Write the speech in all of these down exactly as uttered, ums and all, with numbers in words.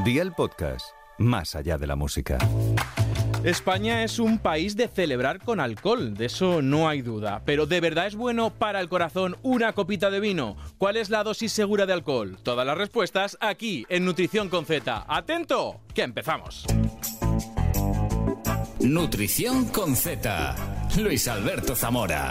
Dial Podcast, más allá de la música. España es un país de celebrar con alcohol, de eso no hay duda. Pero ¿de verdad es bueno para el corazón una copita de vino? ¿Cuál es la dosis segura de alcohol? Todas las respuestas aquí en Nutrición con Z. ¡Atento! ¡Que empezamos! Nutrición con Z. Luis Alberto Zamora.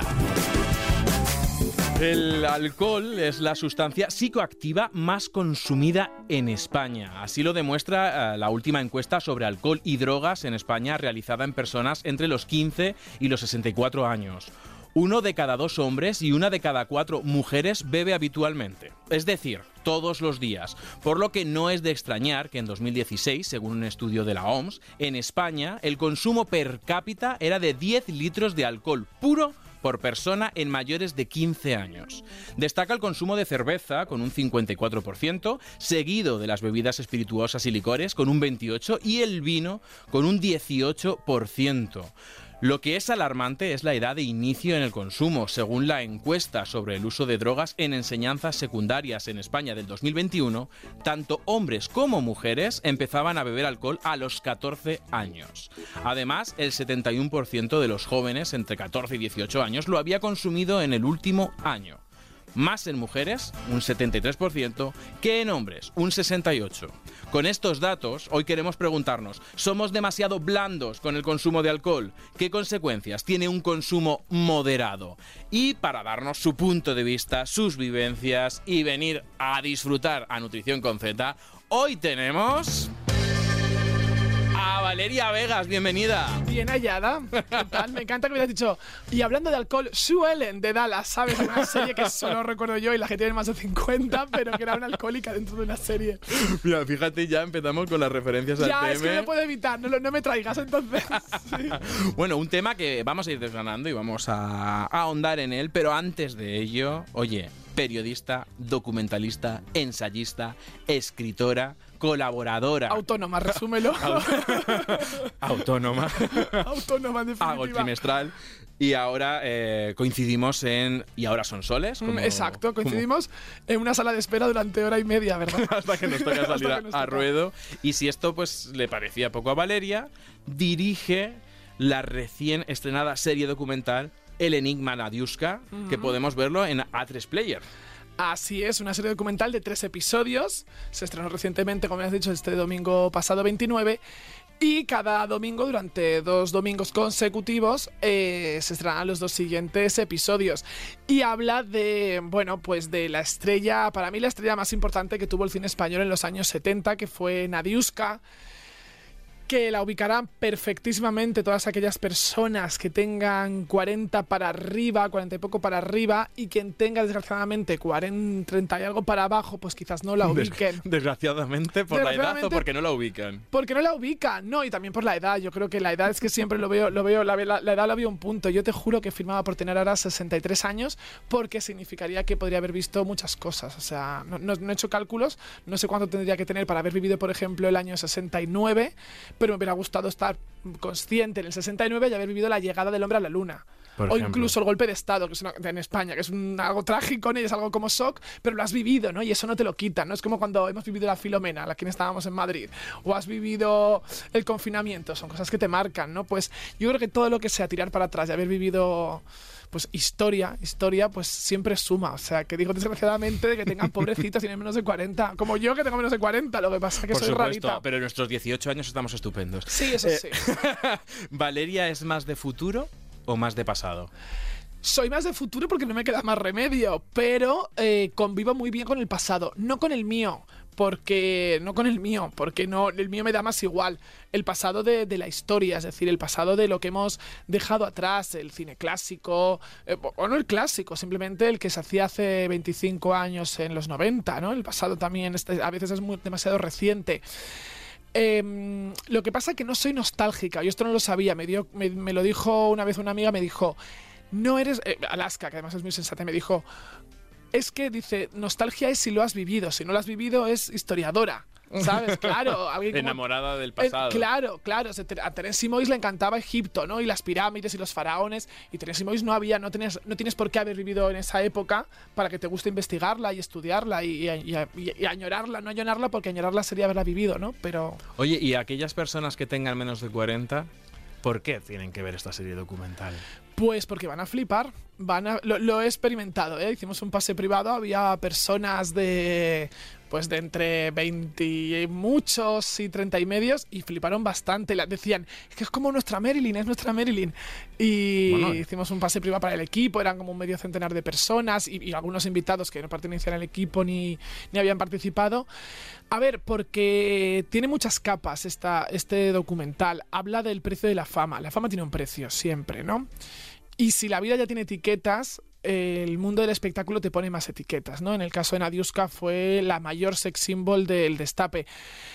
El alcohol es la sustancia psicoactiva más consumida en España. Así lo demuestra uh, la última encuesta sobre alcohol y drogas en España realizada en personas entre los quince y los sesenta y cuatro años. Uno de cada dos hombres y una de cada cuatro mujeres bebe habitualmente, es decir, todos los días, por lo que no es de extrañar que en dos mil dieciséis, según un estudio de la O M S, en España el consumo per cápita era de diez litros de alcohol puro por persona en mayores de quince años. Destaca el consumo de cerveza con un cincuenta y cuatro por ciento, seguido de las bebidas espirituosas y licores con un veintiocho por ciento y el vino con un dieciocho por ciento. Lo que es alarmante es la edad de inicio en el consumo. Según la encuesta sobre el uso de drogas en enseñanzas secundarias en España del dos mil veintiuno, tanto hombres como mujeres empezaban a beber alcohol a los catorce años. Además, el setenta y uno por ciento de los jóvenes entre catorce y dieciocho años lo había consumido en el último año. Más en mujeres, un setenta y tres por ciento, que en hombres, un sesenta y ocho por ciento. Con estos datos, hoy queremos preguntarnos, ¿somos demasiado blandos con el consumo de alcohol? ¿Qué consecuencias tiene un consumo moderado? Y para darnos su punto de vista, sus vivencias y venir a disfrutar a Nutrición con Z, hoy tenemos... a Valeria Vegas, bienvenida. Bien hallada. ¿Qué tal? Me encanta que me hayas dicho. Y hablando de alcohol, Sue Ellen de Dallas, ¿sabes? Una serie que solo recuerdo yo y la gente tiene más de cincuenta, pero que era una alcohólica dentro de una serie. Mira, fíjate, ya empezamos con las referencias al ya, tema. Ya, es que no puedo evitar, no, no me traigas entonces. Sí. Bueno, un tema que vamos a ir desgranando y vamos a, a ahondar en él, pero antes de ello, oye, periodista, documentalista, ensayista, escritora, colaboradora. Autónoma, resúmelo. Autónoma. Autónoma, en definitiva. Hago el trimestral. Y ahora eh, coincidimos en... ¿Y ahora son soles? Como, Exacto, coincidimos como... en una sala de espera durante hora y media, ¿verdad? Hasta que nos toca salir a, nos a toca. ruedo. Y si esto pues le parecía poco a Valeria, dirige la recién estrenada serie documental El Enigma Nadiuska, uh-huh. que podemos verlo en A tres Player. Así es, una serie documental de tres episodios. Se estrenó recientemente, como me has dicho, este domingo pasado veintinueve. Y cada domingo, durante dos domingos consecutivos, eh, se estrenan los dos siguientes episodios. Y habla de, bueno, pues de la estrella, para mí la estrella más importante que tuvo el cine español en los años setenta, que fue Nadiuska, que la ubicarán perfectísimamente todas aquellas personas que tengan cuarenta para arriba, cuarenta y poco para arriba, y quien tenga desgraciadamente cuarenta, treinta y algo para abajo, pues quizás no la ubiquen. Desgraciadamente por la edad o porque no la ubican. Porque no la ubican, no, y también por la edad. Yo creo que la edad es que siempre lo veo, lo veo, la, la, la edad la veo un punto. Yo te juro que firmaba por tener ahora sesenta y tres años, porque significaría que podría haber visto muchas cosas. O sea, no, no, no he hecho cálculos, no sé cuánto tendría que tener para haber vivido, por ejemplo, el año sesenta y nueve, pero me hubiera gustado estar consciente en el sesenta y nueve y haber vivido la llegada del hombre a la luna. Por o ejemplo. Incluso el golpe de estado, que es una, en España, que es un, algo trágico, ¿no? Y es algo como shock, pero lo has vivido, ¿no? Y eso no te lo quita, ¿no? Es como cuando hemos vivido la Filomena, la que estábamos en Madrid, o has vivido el confinamiento, son cosas que te marcan, ¿no? Pues yo creo que todo lo que sea tirar para atrás y haber vivido... pues historia, historia, pues siempre suma. O sea, que digo desgraciadamente de que tengan pobrecitos y tienen menos de cuarenta. Como yo, que tengo menos de cuarenta, lo que pasa es que Por soy supuesto, rarita. Pero en nuestros dieciocho años estamos estupendos. Sí, eso eh, sí. ¿Valeria es más de futuro o más de pasado? Soy más de futuro porque no me queda más remedio, pero eh, convivo muy bien con el pasado, no con el mío, porque no con el mío, porque no, el mío me da más igual. El pasado de, de la historia, es decir, el pasado de lo que hemos dejado atrás, el cine clásico, eh, o no el clásico, simplemente el que se hacía hace veinticinco años en los noventa, ¿no? El pasado también este, a veces es muy, demasiado reciente. Eh, lo que pasa es que no soy nostálgica, yo esto no lo sabía, me, dio, me, me lo dijo una vez una amiga, me dijo, no eres, eh, Alaska, que además es muy sensata, me dijo, es que dice, nostalgia es si lo has vivido, si no lo has vivido es historiadora. ¿sabes? Claro. Alguien como, enamorada del pasado. Eh, claro, claro. A Teresa Simois le encantaba Egipto, ¿no? Y las pirámides y los faraones. Y Teresa Simois no había, no tenías, no tienes por qué haber vivido en esa época para que te guste investigarla y estudiarla y, y, y, y añorarla, no añorarla porque añorarla sería haberla vivido, ¿no? Pero... Oye, ¿y aquellas personas que tengan menos de cuarenta, por qué tienen que ver esta serie documental? Pues porque van a flipar, van a, lo, lo he experimentado, ¿eh? Hicimos un pase privado, había personas de pues de entre veinte y muchos y treinta y medios y fliparon bastante, decían, es que es como nuestra Marilyn, es nuestra Marilyn. Y bueno, hicimos un pase privado para el equipo, eran como un medio centenar de personas y, y algunos invitados que no pertenecían al equipo ni, ni habían participado. A ver, porque tiene muchas capas esta, este documental, habla del precio de la fama, la fama tiene un precio siempre, ¿no? Y si la vida ya tiene etiquetas, el mundo del espectáculo te pone más etiquetas, ¿no? En el caso de Nadiuska fue la mayor sex symbol del destape.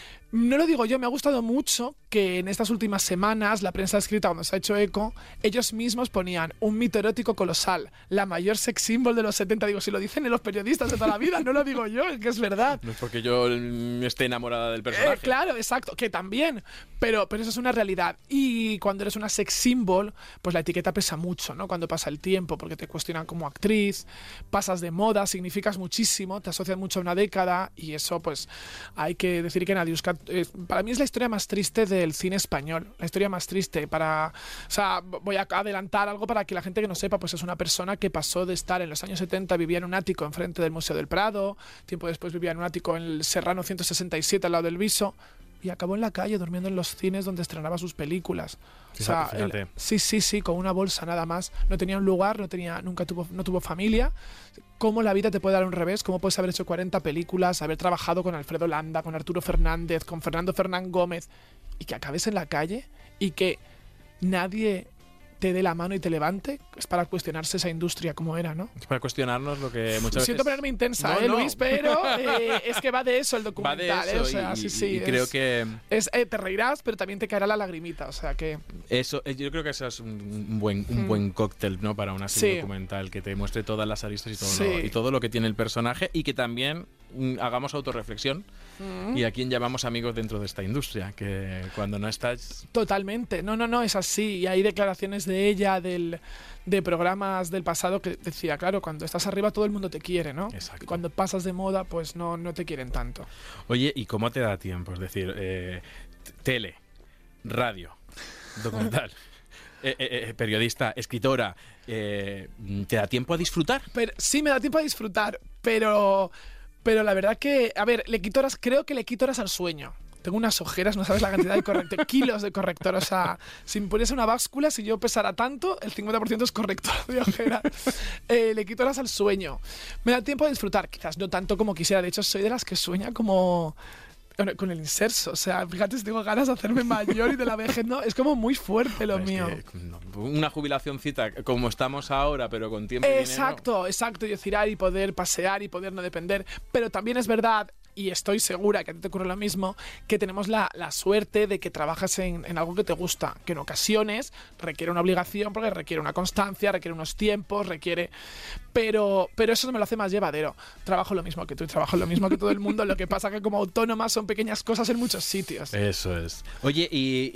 No lo digo yo, me ha gustado mucho que en estas últimas semanas la prensa escrita, cuando se ha hecho eco, ellos mismos ponían un mito erótico colosal, la mayor sex symbol de los setenta. Digo, si lo dicen los periodistas de toda la vida, no lo digo yo, es que es verdad. No es porque yo esté enamorada del personaje. Eh, claro, exacto, que también, pero, pero eso es una realidad. Y cuando eres una sex symbol, pues la etiqueta pesa mucho, ¿no? Cuando pasa el tiempo, porque te cuestionan como actriz, pasas de moda, significas muchísimo, te asocian mucho a una década y eso, pues, hay que decir que Nadiuska Eh, para mí es la historia más triste del cine español, la historia más triste para, o sea, voy a adelantar algo para que la gente que no sepa, pues es una persona que pasó de estar en los años setenta, vivía en un ático enfrente del Museo del Prado, tiempo después vivía en un ático en el Serrano ciento sesenta y siete al lado del Viso y acabó en la calle durmiendo en los cines donde estrenaba sus películas. Fíjate, o sea, fíjate. Él, sí, sí, sí, con una bolsa nada más. No tenía un lugar, no tenía, nunca tuvo, no tuvo familia. ¿Cómo la vida te puede dar un revés? ¿Cómo puedes haber hecho cuarenta películas, haber trabajado con Alfredo Landa, con Arturo Fernández, con Fernando Fernán Gómez y que acabes en la calle y que nadie te dé la mano y te levante? Es para cuestionarse esa industria como era, ¿no? Es para cuestionarnos lo que muchas Siento veces... ponerme intensa, no, ¿eh, no. Luis? Pero eh, es que va de eso el documental. Va de eso, ¿eh? O sea, y, sí, sí, y es, creo que... Es, eh, te reirás, pero también te caerá la lagrimita, o sea que... Eso, yo creo que eso es un, un buen, un Mm. buen cóctel, ¿no? Para una serie Sí. documental, que te muestre todas las aristas y todo, Sí. lo, y todo lo que tiene el personaje y que también mm, hagamos autorreflexión Mm. y a quién llamamos amigos dentro de esta industria, que cuando no estás... Totalmente, no, no, no, es así. Y hay declaraciones de ella, del, de programas del pasado que decía, claro, cuando estás arriba todo el mundo te quiere, ¿no? Exacto. Y cuando pasas de moda, pues no, no te quieren tanto. Oye, ¿y cómo te da tiempo? Es decir, eh, t- tele, radio, documental, eh, eh, eh, periodista, escritora, eh, ¿te da tiempo a disfrutar? Pero sí me da tiempo a disfrutar, pero, pero la verdad que, a ver, le quito horas, creo que le quito horas al sueño. Tengo unas ojeras, no sabes la cantidad de corrector, kilos de corrector. O sea, si me pusiese una báscula, si yo pesara tanto, el cincuenta por ciento es corrector de ojeras. Eh, le quito horas al sueño. Me da tiempo a disfrutar, quizás no tanto como quisiera. De hecho, soy de las que sueña como... con el inserso, o sea, fíjate, si tengo ganas de hacerme mayor y de la vejez, no, es como muy fuerte lo Es mío. que, no, una jubilacióncita como estamos ahora, pero con tiempo y dinero. Exacto, exacto, y decir, y poder pasear y poder no depender, pero también es verdad, y estoy segura que a ti te ocurre lo mismo, que tenemos la, la suerte de que trabajas en, en algo que te gusta, que en ocasiones requiere una obligación, porque requiere una constancia, requiere unos tiempos, requiere... Pero, pero eso me lo hace más llevadero. Trabajo lo mismo que tú y trabajo lo mismo que todo el mundo, lo que pasa que como autónoma son pequeñas cosas en muchos sitios. Eso es. Oye, ¿y,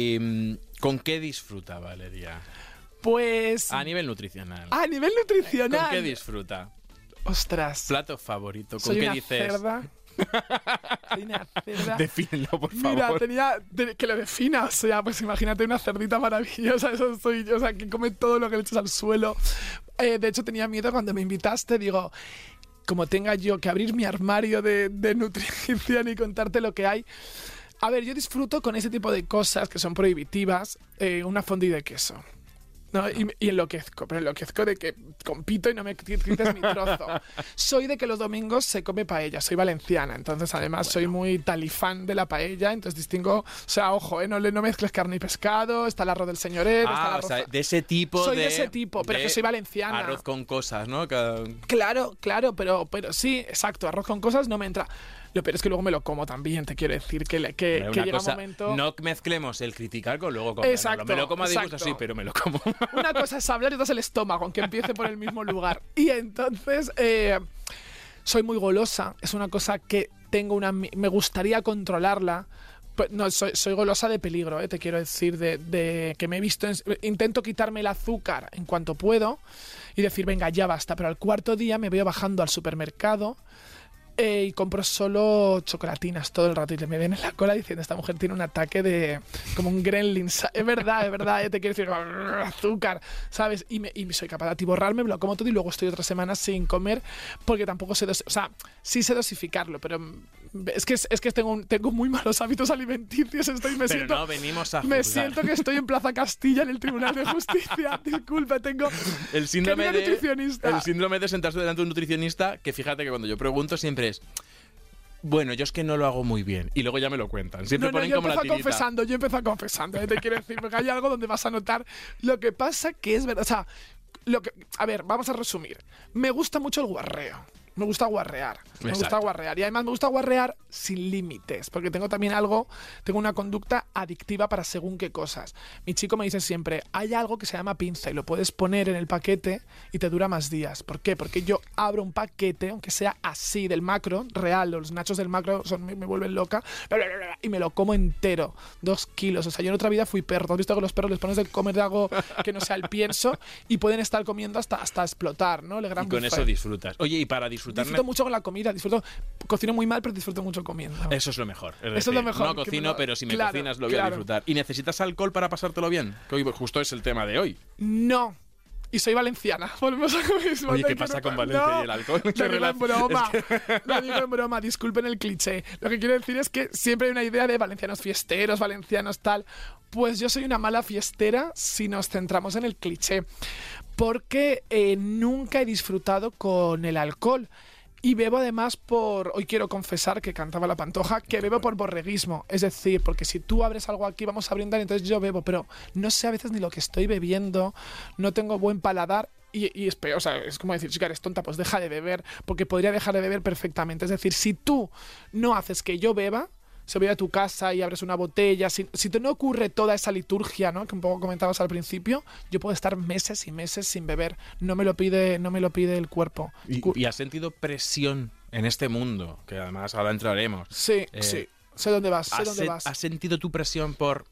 y con qué disfruta Valeria? Pues... A nivel nutricional. A nivel nutricional. ¿Con qué disfruta? Ostras. Plato favorito. ¿Con Soy qué una dices? cerda. Soy una cerda. Defínelo, por favor. Mira, tenía de- que lo defina, o sea, pues imagínate una cerdita maravillosa, eso soy yo, o sea, que come todo lo que le echas al suelo. Eh, de hecho, tenía miedo cuando me invitaste, digo, como tenga yo que abrir mi armario de, de nutrición y contarte lo que hay. A ver, yo disfruto con ese tipo de cosas que son prohibitivas, eh, una fondue de queso. No, y, y enloquezco, pero enloquezco de que compito y no me quites mi trozo. Soy de que los domingos se come paella, soy valenciana, entonces además bueno. soy muy talifán de la paella, entonces distingo, o sea, ojo, eh, no, no mezcles carne y pescado, está el arroz del señorero, ah, está el arroz... o sea, de ese tipo soy de... de ese tipo, pero que soy valenciana. Arroz con cosas, ¿no? Que... Claro, claro, pero, pero sí, exacto, arroz con cosas no me entra. Lo peor es que luego me lo como también, te quiero decir, que, que, Una que llega cosa, un momento... No mezclemos el criticar con luego comer. Exacto, Me lo como a disgusto, exacto. sí, pero me lo como. Una cosa es hablar y otra es el estómago, aunque empiece por el mismo lugar. Y entonces, eh, soy muy golosa. Es una cosa que tengo una... Me gustaría controlarla. No, soy, soy golosa de peligro, ¿eh? Te quiero decir, de, de que me he visto... En, intento quitarme el azúcar en cuanto puedo y decir, venga, ya basta. Pero al cuarto día me veo bajando al supermercado eh, y compro solo chocolatinas todo el rato. Y me ven en la cola diciendo, esta mujer tiene un ataque de... como un gremlin. Es verdad, es verdad, ¿eh? Te quiero decir, azúcar, ¿sabes? Y, me, y soy capaz de atiborrarme, me lo como todo y luego estoy otras semanas sin comer porque tampoco sé... Dos, o sea, sí sé dosificarlo, pero... Es que, es que tengo, un, tengo muy malos hábitos alimenticios. Estoy, me Pero siento, no venimos a me juzgar. siento que estoy en Plaza Castilla, en el Tribunal de Justicia. Disculpa, tengo... El síndrome, de, nutricionista. el síndrome de sentarse delante de un nutricionista, que fíjate que cuando yo pregunto siempre es... Bueno, yo es que no lo hago muy bien. Y luego ya me lo cuentan. Siempre no, no, ponen yo como la empiezo tirita. confesando, yo empiezo confesando. ¿eh? Te quiero decir, porque hay algo donde vas a notar lo que pasa que es verdad. O sea, lo que, a ver, vamos a resumir. Me gusta mucho el guarreo. Me gusta guarrear, me Exacto. gusta guarrear. Y además me gusta guarrear sin límites, porque tengo también algo, tengo una conducta adictiva para según qué cosas. Mi chico me dice siempre, hay algo que se llama pinza y lo puedes poner en el paquete y te dura más días. ¿Por qué? Porque yo abro un paquete, aunque sea así, del Macro, real, los nachos del Macro son, me, me vuelven loca, y me lo como entero, dos kilos. O sea, yo en otra vida fui perro. ¿Has visto que los perros les pones de comer de algo que no sea el pienso y pueden estar comiendo hasta, hasta explotar, ¿no? Le gran Y con buffet. eso disfrutas. Oye, y para disfrutar... Disfruto mucho con la comida, disfruto, cocino muy mal, pero disfruto mucho comiendo. Eso es lo mejor. Es Eso decir, es lo mejor. No que cocino, me lo- pero si me Claro, cocinas lo voy a claro. disfrutar. ¿Y necesitas alcohol para pasártelo bien? Que hoy justo es el tema de hoy. No. Y soy valenciana. Volvemos a lo mismo. Oye, Te ¿qué quiero- pasa con Valencia No, y el alcohol? Lo ¿Qué digo en relación? broma. Es que- Lo digo en broma. Disculpen el cliché. Lo que quiero decir es que siempre hay una idea de valencianos fiesteros, valencianos tal. Pues yo soy una mala fiestera si nos centramos en el cliché. Porque eh, nunca he disfrutado con el alcohol. Y bebo además por, hoy quiero confesar que cantaba la Pantoja, que bebo por borreguismo. Es decir, porque si tú abres algo aquí vamos a brindar, entonces yo bebo, pero no sé a veces ni lo que estoy bebiendo, no tengo buen paladar. Y, y es peor, o sea, es como decir, chica, eres tonta, pues deja de beber, porque podría dejar de beber perfectamente. Es decir, si tú no haces que yo beba, se voy a tu casa y abres una botella, si, si te no ocurre toda esa liturgia, ¿no? Que un poco comentabas al principio, yo puedo estar meses y meses sin beber. No me lo pide, no me lo pide el cuerpo. ¿Y, Cu- y has sentido presión en este mundo? Que además ahora entraremos. Sí, Eh, sí. Sé dónde vas, sé ¿Has, dónde sen- vas. has sentido tu presión por...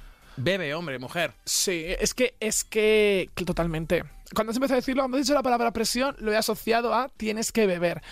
Bebe, hombre, mujer. Sí, es que, es que, que totalmente. Cuando has empezado a decirlo, cuando has dicho la palabra presión, lo he asociado a tienes que beber.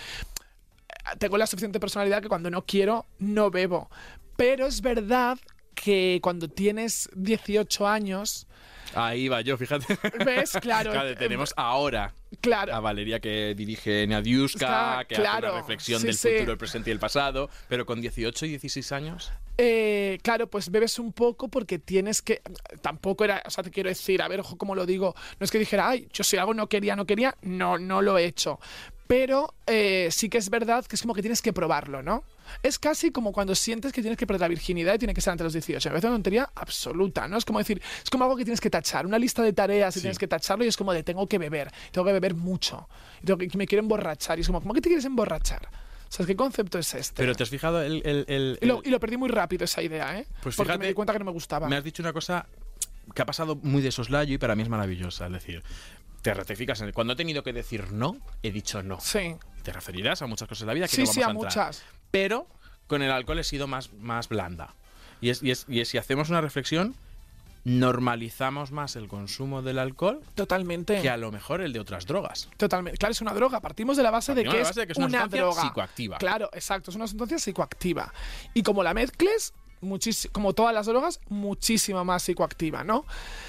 Tengo la suficiente personalidad que cuando no quiero, no bebo. Pero es verdad que cuando tienes dieciocho años, Ahí va yo, fíjate. ¿ves? Claro. Claro, tenemos ahora Claro. a Valeria que dirige Nadiuska, Está- que hace claro, una reflexión sí, del sí. futuro, el presente y el pasado, pero con dieciocho y dieciséis años. Eh, claro, pues bebes un poco porque tienes que... Tampoco era... O sea, te quiero decir, a ver, ojo, cómo lo digo. No es que dijera, ay, yo si algo no quería, no quería. No, no lo he hecho. Pero eh, sí que es verdad que es como que tienes que probarlo, ¿no? Es casi como cuando sientes que tienes que perder la virginidad y tiene que ser antes de los dieciocho. Me parece una tontería absoluta, ¿no? Es como decir, es como algo que tienes que tachar, una lista de tareas y Sí. tienes que tacharlo y es como de tengo que beber, tengo que beber mucho, y tengo que, que me quiero emborrachar. Y es como, ¿cómo que te quieres emborrachar? O sea, ¿qué concepto es este? Pero te has fijado el... el- el- y, lo, el- y lo perdí muy rápido esa idea, ¿eh? Pues Porque fíjate, me di cuenta que no me gustaba. Me has dicho una cosa que ha pasado muy de soslayo y para mí es maravillosa. Es decir, te ratificas en el... Cuando he tenido que decir no, he dicho no. Sí, Te referirás a muchas cosas de la vida que sí, no vamos sí, a, a entrar. muchas. Pero con el alcohol he sido más, más blanda. Y es, y, es, y es si hacemos una reflexión, normalizamos más el consumo del alcohol Totalmente. que a lo mejor el de otras drogas. Totalmente. Claro, es una droga. Partimos de la base, de Partimos que, de la es base de que es una una, sustancia droga. psicoactiva. Claro, exacto. Es una sustancia psicoactiva. Y como la mezcles, muchis- como todas las drogas, muchísimo más psicoactiva, ¿no?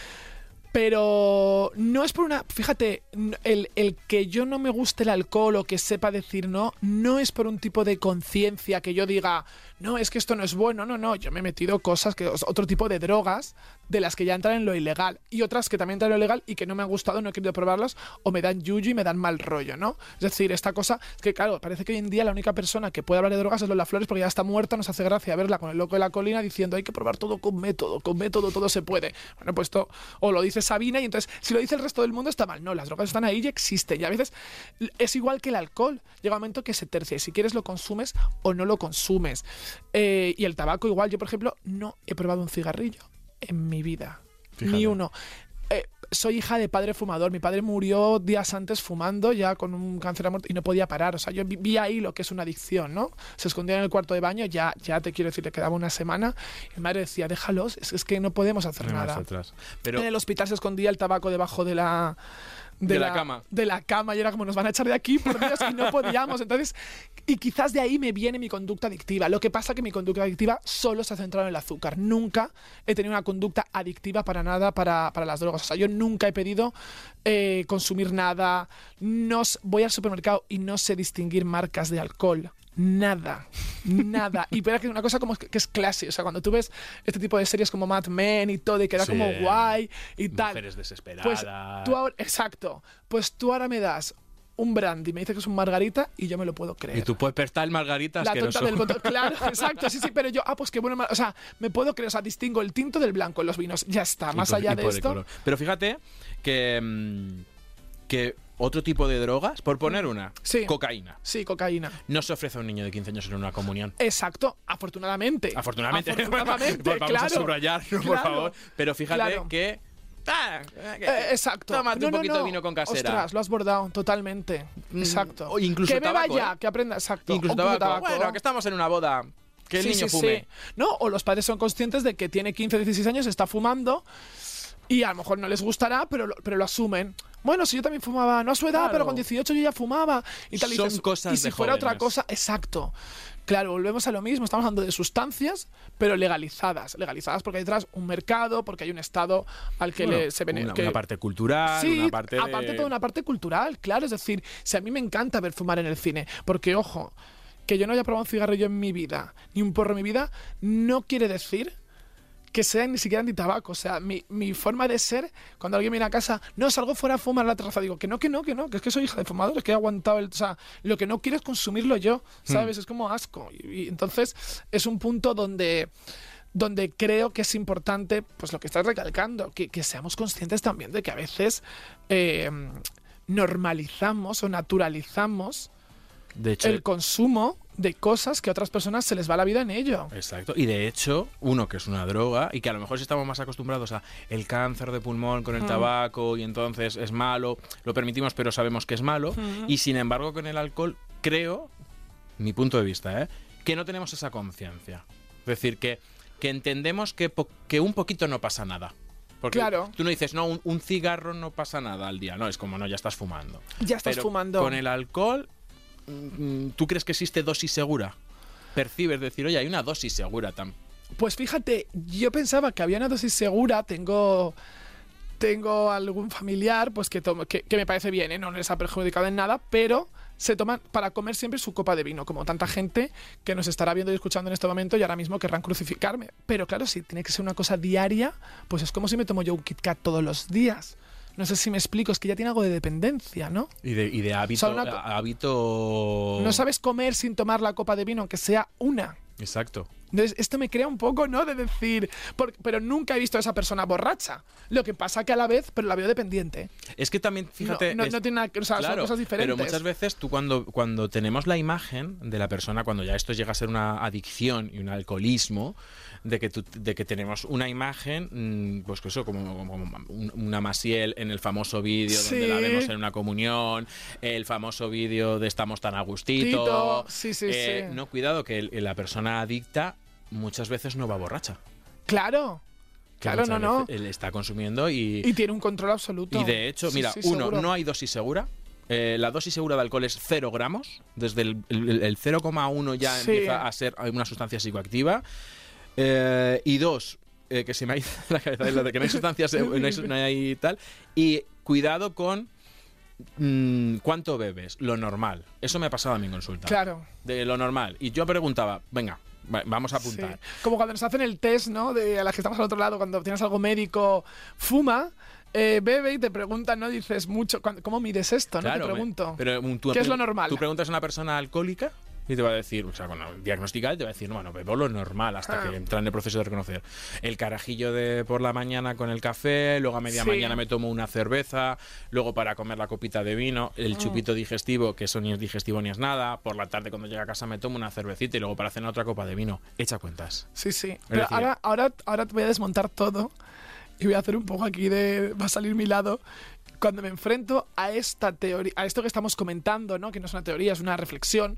Pero no es por una... Fíjate, n- el, el que yo no me guste el alcohol o que sepa decir no, no es por un tipo de conciencia que yo diga, no, es que esto no es bueno, no, no, yo me he metido cosas, que otro tipo de drogas de las que ya entran en lo ilegal y otras que también entran en lo ilegal y que no me han gustado, no he querido probarlas o me dan yuyu y me dan mal rollo, ¿no? Es decir, esta cosa, es que claro, parece que hoy en día la única persona que puede hablar de drogas es Lola Flores porque ya está muerta, nos hace gracia verla con el loco de la colina diciendo hay que probar todo con método, con método todo se puede. Bueno, pues esto, o lo dice Sabina y entonces si lo dice el resto del mundo está mal. No, las drogas están ahí y existen y a veces es igual que el alcohol, llega un momento que se tercia y si quieres lo consumes o no lo consumes. Eh, y el tabaco igual, yo por ejemplo no he probado un cigarrillo en mi vida. Fíjate. Ni uno. Eh, soy hija de padre fumador. Mi padre murió días antes fumando, ya con un cáncer de muerte, y no podía parar. O sea, yo vi, vi ahí lo que es una adicción, ¿no? Se escondía en el cuarto de baño, ya, ya te quiero decir, le quedaba una semana. Y mi madre decía, déjalos, es, es que no podemos hacer No, nada. nosotras. Pero En el hospital se escondía el tabaco debajo de la... De la cama. De la cama, y era como, nos van a echar de aquí, por Dios, y no podíamos. Entonces, y quizás de ahí me viene mi conducta adictiva. Lo que pasa que mi conducta adictiva solo se ha centrado en el azúcar. Nunca he tenido una conducta adictiva para nada, para, para las drogas. O sea, yo nunca he pedido eh, consumir nada. No, s- voy al supermercado y no sé distinguir marcas de alcohol. Nada, nada. Y pero que es una cosa como que, que es clase. O sea, cuando tú ves este tipo de series como Mad Men y todo, y que era Sí. como guay y tal. mujeres desesperadas. Pues tú ahora, exacto, pues tú ahora me das un brandy, me dices que es un margarita y yo me lo puedo creer. Y tú puedes estar el margarita La asqueroso. tonta del botón, claro, exacto, sí, sí, pero yo, ah, pues qué bueno, mar- o sea, me puedo creer, o sea, distingo el tinto del blanco en los vinos, ya está, Y más por- allá y de por el esto. color. Pero fíjate que, mm, que otro tipo de drogas, por poner una, Sí. cocaína, Sí, cocaína. no se ofrece a un niño de quince años en una comunión. Exacto, afortunadamente. Afortunadamente, Afortunadamente, Pues vamos claro. a subrayarlo, por Claro. favor. Pero fíjate Claro. que... ah, que- Eh, exacto. Tómate No, un no, poquito no. de vino con casera. Ostras, lo has bordado totalmente. Mm, Exacto. o incluso que beba tabaco, ya, ¿eh? que aprenda, exacto. Incluso Un poco de tabaco. Bueno, que estamos en una boda. Que el Sí, niño sí, fume. sí. No, o los padres son conscientes de que tiene quince, dieciséis años, está fumando y a lo mejor no les gustará, pero lo, pero lo asumen. Bueno, si yo también fumaba, no a su edad, Claro. pero con dieciocho yo ya fumaba y tal. Y Son dices, cosas y si de fuera otra jóvenes. cosa, exacto. Claro, volvemos a lo mismo, estamos hablando de sustancias, pero legalizadas. Legalizadas porque hay detrás un mercado, porque hay un Estado al que Bueno, le, se bene- una, que- una parte cultural, Sí, una parte de... aparte toda una parte cultural, claro. Es decir, si a mí me encanta ver fumar en el cine, porque, ojo, que yo no haya probado un cigarrillo en mi vida, ni un porro en mi vida, no quiere decir que sea ni siquiera ni tabaco. O sea, mi, mi forma de ser, cuando alguien viene a casa, no, salgo fuera a fumar a la terraza, digo que no, que no, que no, que es que soy hija de fumadores, que he aguantado el... O sea, lo que no quiero es consumirlo yo, ¿sabes? Es como asco. Y, y entonces es un punto donde... donde creo que es importante, pues lo que estás recalcando, que, que seamos conscientes también de que a veces eh, normalizamos o naturalizamos De hecho, el consumo de cosas que a otras personas se les va la vida en ello. exacto. Y de hecho, uno que es una droga y que a lo mejor si estamos más acostumbrados a el cáncer de pulmón con el Mm. tabaco y entonces es malo, lo permitimos pero sabemos que es malo. Mm. Y sin embargo con el alcohol creo, mi punto de vista, ¿eh? que no tenemos esa conciencia. Es decir, que, que entendemos que, po- que un poquito no pasa nada. Porque Claro. tú no dices, no, un, un cigarro no pasa nada al día. No, es como, no, ya estás fumando. Ya estás Pero fumando. con el alcohol, mm, ¿tú crees que existe dosis segura? Percibes decir, oye, hay una dosis segura tam Pues fíjate, yo pensaba que había una dosis segura, tengo... Tengo algún familiar pues que, tomo, que, que me parece bien, ¿eh? No les ha perjudicado en nada, pero se toman para comer siempre su copa de vino, como tanta gente que nos estará viendo y escuchando en este momento y ahora mismo querrán crucificarme. Pero claro, si tiene que ser una cosa diaria, pues es como si me tomo yo un Kit Kat todos los días. No sé si me explico, es que ya tiene algo de dependencia, ¿no? y de, y de hábito, Son una co- a- hábito... No sabes comer sin tomar la copa de vino, aunque sea una. Exacto. Entonces, esto me crea un poco, ¿no? De decir, por- pero nunca he visto a esa persona borracha. Lo que pasa que a la vez, pero la veo dependiente. Es que también, fíjate... no, no, es- no tiene nada que, o sea, son Claro, cosas diferentes. pero muchas veces tú cuando, cuando tenemos la imagen de la persona, cuando ya esto llega a ser una adicción y un alcoholismo, de que, tú- de que tenemos una imagen, mm, pues que eso, como, como- como un- una Maciel en el famoso vídeo donde Sí. la vemos en una comunión, el famoso vídeo de estamos tan a gustito. Tito, sí, sí, Eh, sí. No, cuidado, que el- la persona adicta muchas veces no va borracha. Claro, Que claro, muchas no, no. veces él está consumiendo y, Y tiene un control absoluto. y de hecho, Sí, mira, sí, uno, seguro. no hay dosis segura. Eh, la dosis segura de alcohol es cero gramos. Desde el, el- el cero coma uno ya Sí. empieza a ser una sustancia psicoactiva. Eh, y dos, eh, que se me ha ido la cabeza de lo de que no hay sustancias, eh, no hay, no hay tal. Y cuidado con mm, cuánto bebes, lo normal. Eso me ha pasado a mí en consulta. Claro. De lo normal. Y yo preguntaba, venga, va- vamos a apuntar. Sí. Como cuando nos hacen el test, ¿no? De a las que estamos al otro lado, cuando tienes algo médico, fuma, eh, bebe y te preguntan, ¿no? Dices mucho, ¿cuándo- ¿cómo mides esto? ¿no? Claro, Te pregunto. me- pero um, tú ¿Qué es pre- lo normal? Tú preguntas a una persona alcohólica y te va a decir, o sea, cuando diagnostica, te va a decir, bueno, bebo lo normal hasta Ah. que entra en el proceso de reconocer. El carajillo de por la mañana con el café, luego a media Sí. mañana me tomo una cerveza, luego para comer la copita de vino, el Mm. chupito digestivo, que eso ni es digestivo ni es nada, por la tarde cuando llega a casa me tomo una cervecita y luego para cenar otra copa de vino. Echa cuentas. Sí, sí. Pero decir- ahora, ahora, ahora te voy a desmontar todo y voy a hacer un poco aquí de... va a salir mi lado. Cuando me enfrento a esta teoría, a esto que estamos comentando, ¿no? Que no es una teoría, es una reflexión.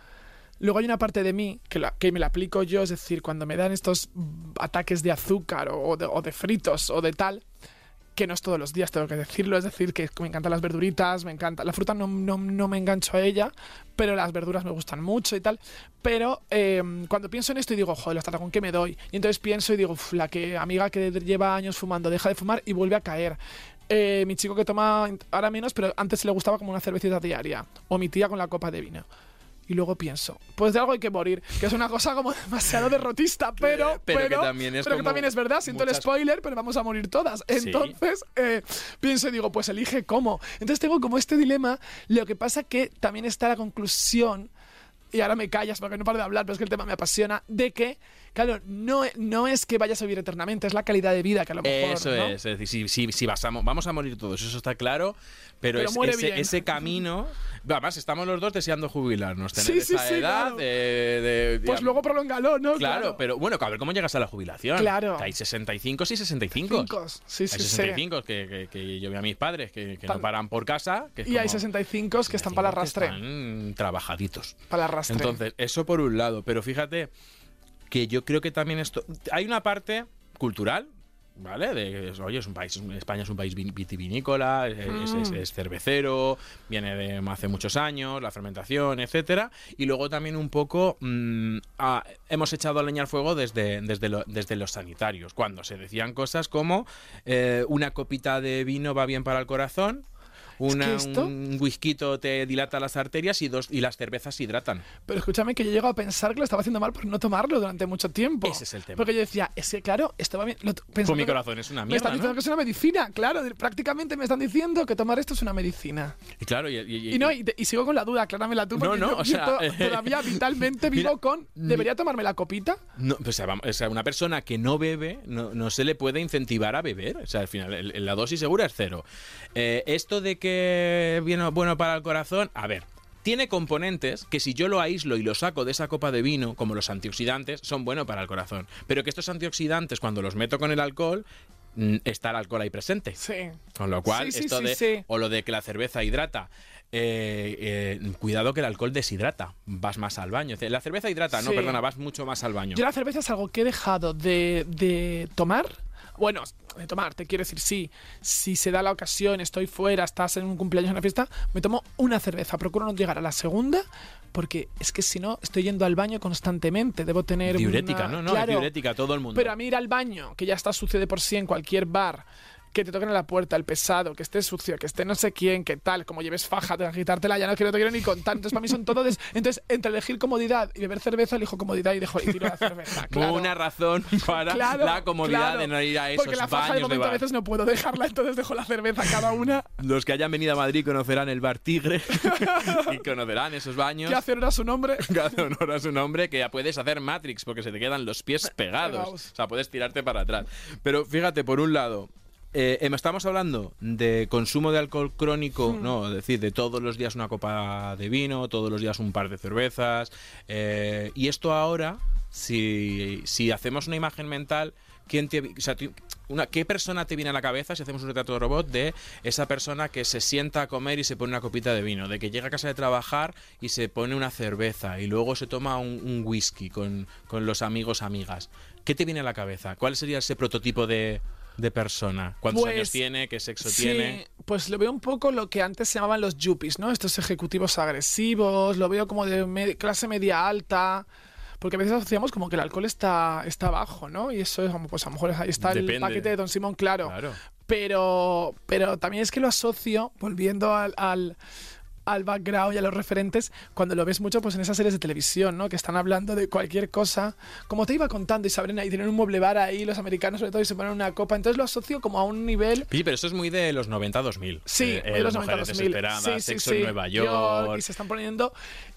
Luego hay una parte de mí que, la, que me la aplico yo, es decir, cuando me dan estos ataques de azúcar o de, o de fritos o de tal, que no es todos los días, tengo que decirlo, es decir, que me encantan las verduritas, me encanta, la fruta no, no, no me engancho a ella, pero las verduras me gustan mucho y tal, pero eh, cuando pienso en esto y digo, joder, hasta con qué me doy, y entonces pienso y digo, la que amiga que lleva años fumando deja de fumar y vuelve a caer. Eh, mi chico que toma ahora menos, pero antes le gustaba como una cervecita diaria, o mi tía con la copa de vino. Y luego pienso, pues de algo hay que morir, que es una cosa como demasiado derrotista, pero, pero, pero, que, también es, pero que también es verdad, siento muchas... el spoiler, pero vamos a morir todas. Entonces, sí. eh, pienso y digo, pues elige cómo. Entonces tengo como este dilema, lo que pasa que también está la conclusión, y ahora me callas porque no paro de hablar, pero es que el tema me apasiona, de que, claro, no, no es que vayas a vivir eternamente, es la calidad de vida que a lo mejor, Eso ¿no? es, es decir, si, si, si vas a, vamos a morir todos, eso está claro, pero, pero es, ese, ese camino... Además, estamos los dos deseando jubilarnos, tener sí, sí, esa sí, edad claro. de, de, de... Pues luego prolóngalo, ¿no? Claro, claro, pero bueno, a ver cómo llegas a la jubilación. Claro. Que hay sesenta y cinco y sesenta y cinco. Sí, sí, hay sesenta y cinco sí. que, que, que yo veo a mis padres que, que no paran por casa. Que es y como, hay sesenta y cinco que están para el arrastre. Están trabajaditos. Para el arrastre. Entonces, eso por un lado. Pero fíjate que yo creo que también esto... Hay una parte cultural, ¿vale? De, oye, es un país, España es un país vitivinícola, es, mm. es, es cervecero, viene de hace muchos años, la fermentación, etcétera. Y luego también un poco mmm, a, hemos echado leña al fuego desde, desde, lo, desde los sanitarios, cuando se decían cosas como eh, una copita de vino va bien para el corazón. Una, es que esto... Un whisky te dilata las arterias y, dos, y las cervezas hidratan. Pero escúchame que yo llego a pensar que lo estaba haciendo mal por no tomarlo durante mucho tiempo. Ese es el tema. Porque yo decía, es que claro, esto va bien. Lo, pues mi corazón es una mierda, me están diciendo ¿no? que es una medicina, claro. Prácticamente me están diciendo que tomar esto es una medicina. Y claro, y, y, y no, y, y sigo con la duda, acláramela tú. No, no, yo, o sea, yo to, todavía vitalmente vivo mira, con. ¿Debería tomarme la copita? No, o sea, vamos, o sea, una persona que no bebe, no, no se le puede incentivar a beber. O sea, al final, el, la dosis segura es cero. Eh, esto de que viene bueno para el corazón, a ver. Tiene componentes que si yo lo aíslo y lo saco de esa copa de vino, como los antioxidantes, son buenos para el corazón. Pero que estos antioxidantes, cuando los meto con el alcohol, está el alcohol ahí presente. Sí. Con lo cual, sí, sí, esto sí, de... Sí. O lo de que la cerveza hidrata. Eh, eh, cuidado que el alcohol deshidrata. Vas más al baño. La cerveza hidrata, sí. no, perdona, vas mucho más al baño. Yo la cerveza es algo que he dejado de, de tomar. Bueno, de tomar, te quiero decir, sí. Si se da la ocasión, estoy fuera, estás en un cumpleaños, en una fiesta, me tomo una cerveza. Procuro no llegar a la segunda, porque es que si no, estoy yendo al baño constantemente. Debo tener diurética, una... ¿no? No, claro, es diurética, todo el mundo. Pero a mí ir al baño, que ya está sucio de por sí en cualquier bar, que te toquen a la puerta, el pesado, que esté sucio, que esté no sé quién, que tal, como lleves faja, te quitártela, ya no quiero, te quiero ni contar. Entonces, para mí son todo... Des... Entonces, entre elegir comodidad y beber cerveza, elijo comodidad y dejo y tiro la cerveza. Claro. Una razón para claro, la comodidad claro. de no ir a esos Porque la faja baños de momento de a veces no puedo dejarla, entonces dejo la cerveza cada una. Los que hayan venido a Madrid conocerán el Bar Tigre y conocerán esos baños. Que hace honor a su nombre. Que hace honor a su nombre, que ya puedes hacer Matrix porque se te quedan los pies pegados. pegados. O sea, puedes tirarte para atrás. Pero fíjate, por un lado... Eh, estamos hablando de consumo de alcohol crónico, mm. no, es decir, de todos los días una copa de vino, todos los días un par de cervezas, eh, y esto ahora, si, si hacemos una imagen mental, ¿quién te, o sea, una, ¿qué persona te viene a la cabeza si hacemos un retrato de robot de esa persona que se sienta a comer y se pone una copita de vino, de que llega a casa de trabajar y se pone una cerveza y luego se toma un, un whisky con, con los amigos, amigas? ¿Qué te viene a la cabeza? ¿Cuál sería ese prototipo de... de persona? ¿Cuántos pues, años tiene? ¿Qué sexo sí, tiene? Pues lo veo un poco lo que antes se llamaban los yuppies, ¿no? Estos ejecutivos agresivos, lo veo como de med- clase media alta, porque a veces asociamos como que el alcohol está, está bajo, ¿no? Y eso es como, pues a lo mejor ahí está Depende. el paquete de Don Simón, claro. claro. Pero, pero también es que lo asocio, volviendo al... al al background y a los referentes, cuando lo ves mucho pues en esas series de televisión, ¿no? Que están hablando de cualquier cosa, como te iba contando, y saben ahí, tienen un mueble bar ahí, los americanos sobre todo, y se ponen una copa, entonces lo asocio como a un nivel... Sí, pero eso es muy de los noventa dos mil. Sí, eh, de los noventa Mujeres dos mil. Desesperadas, Sí, sí, Sexo sí. en Nueva York... Y se están poniendo...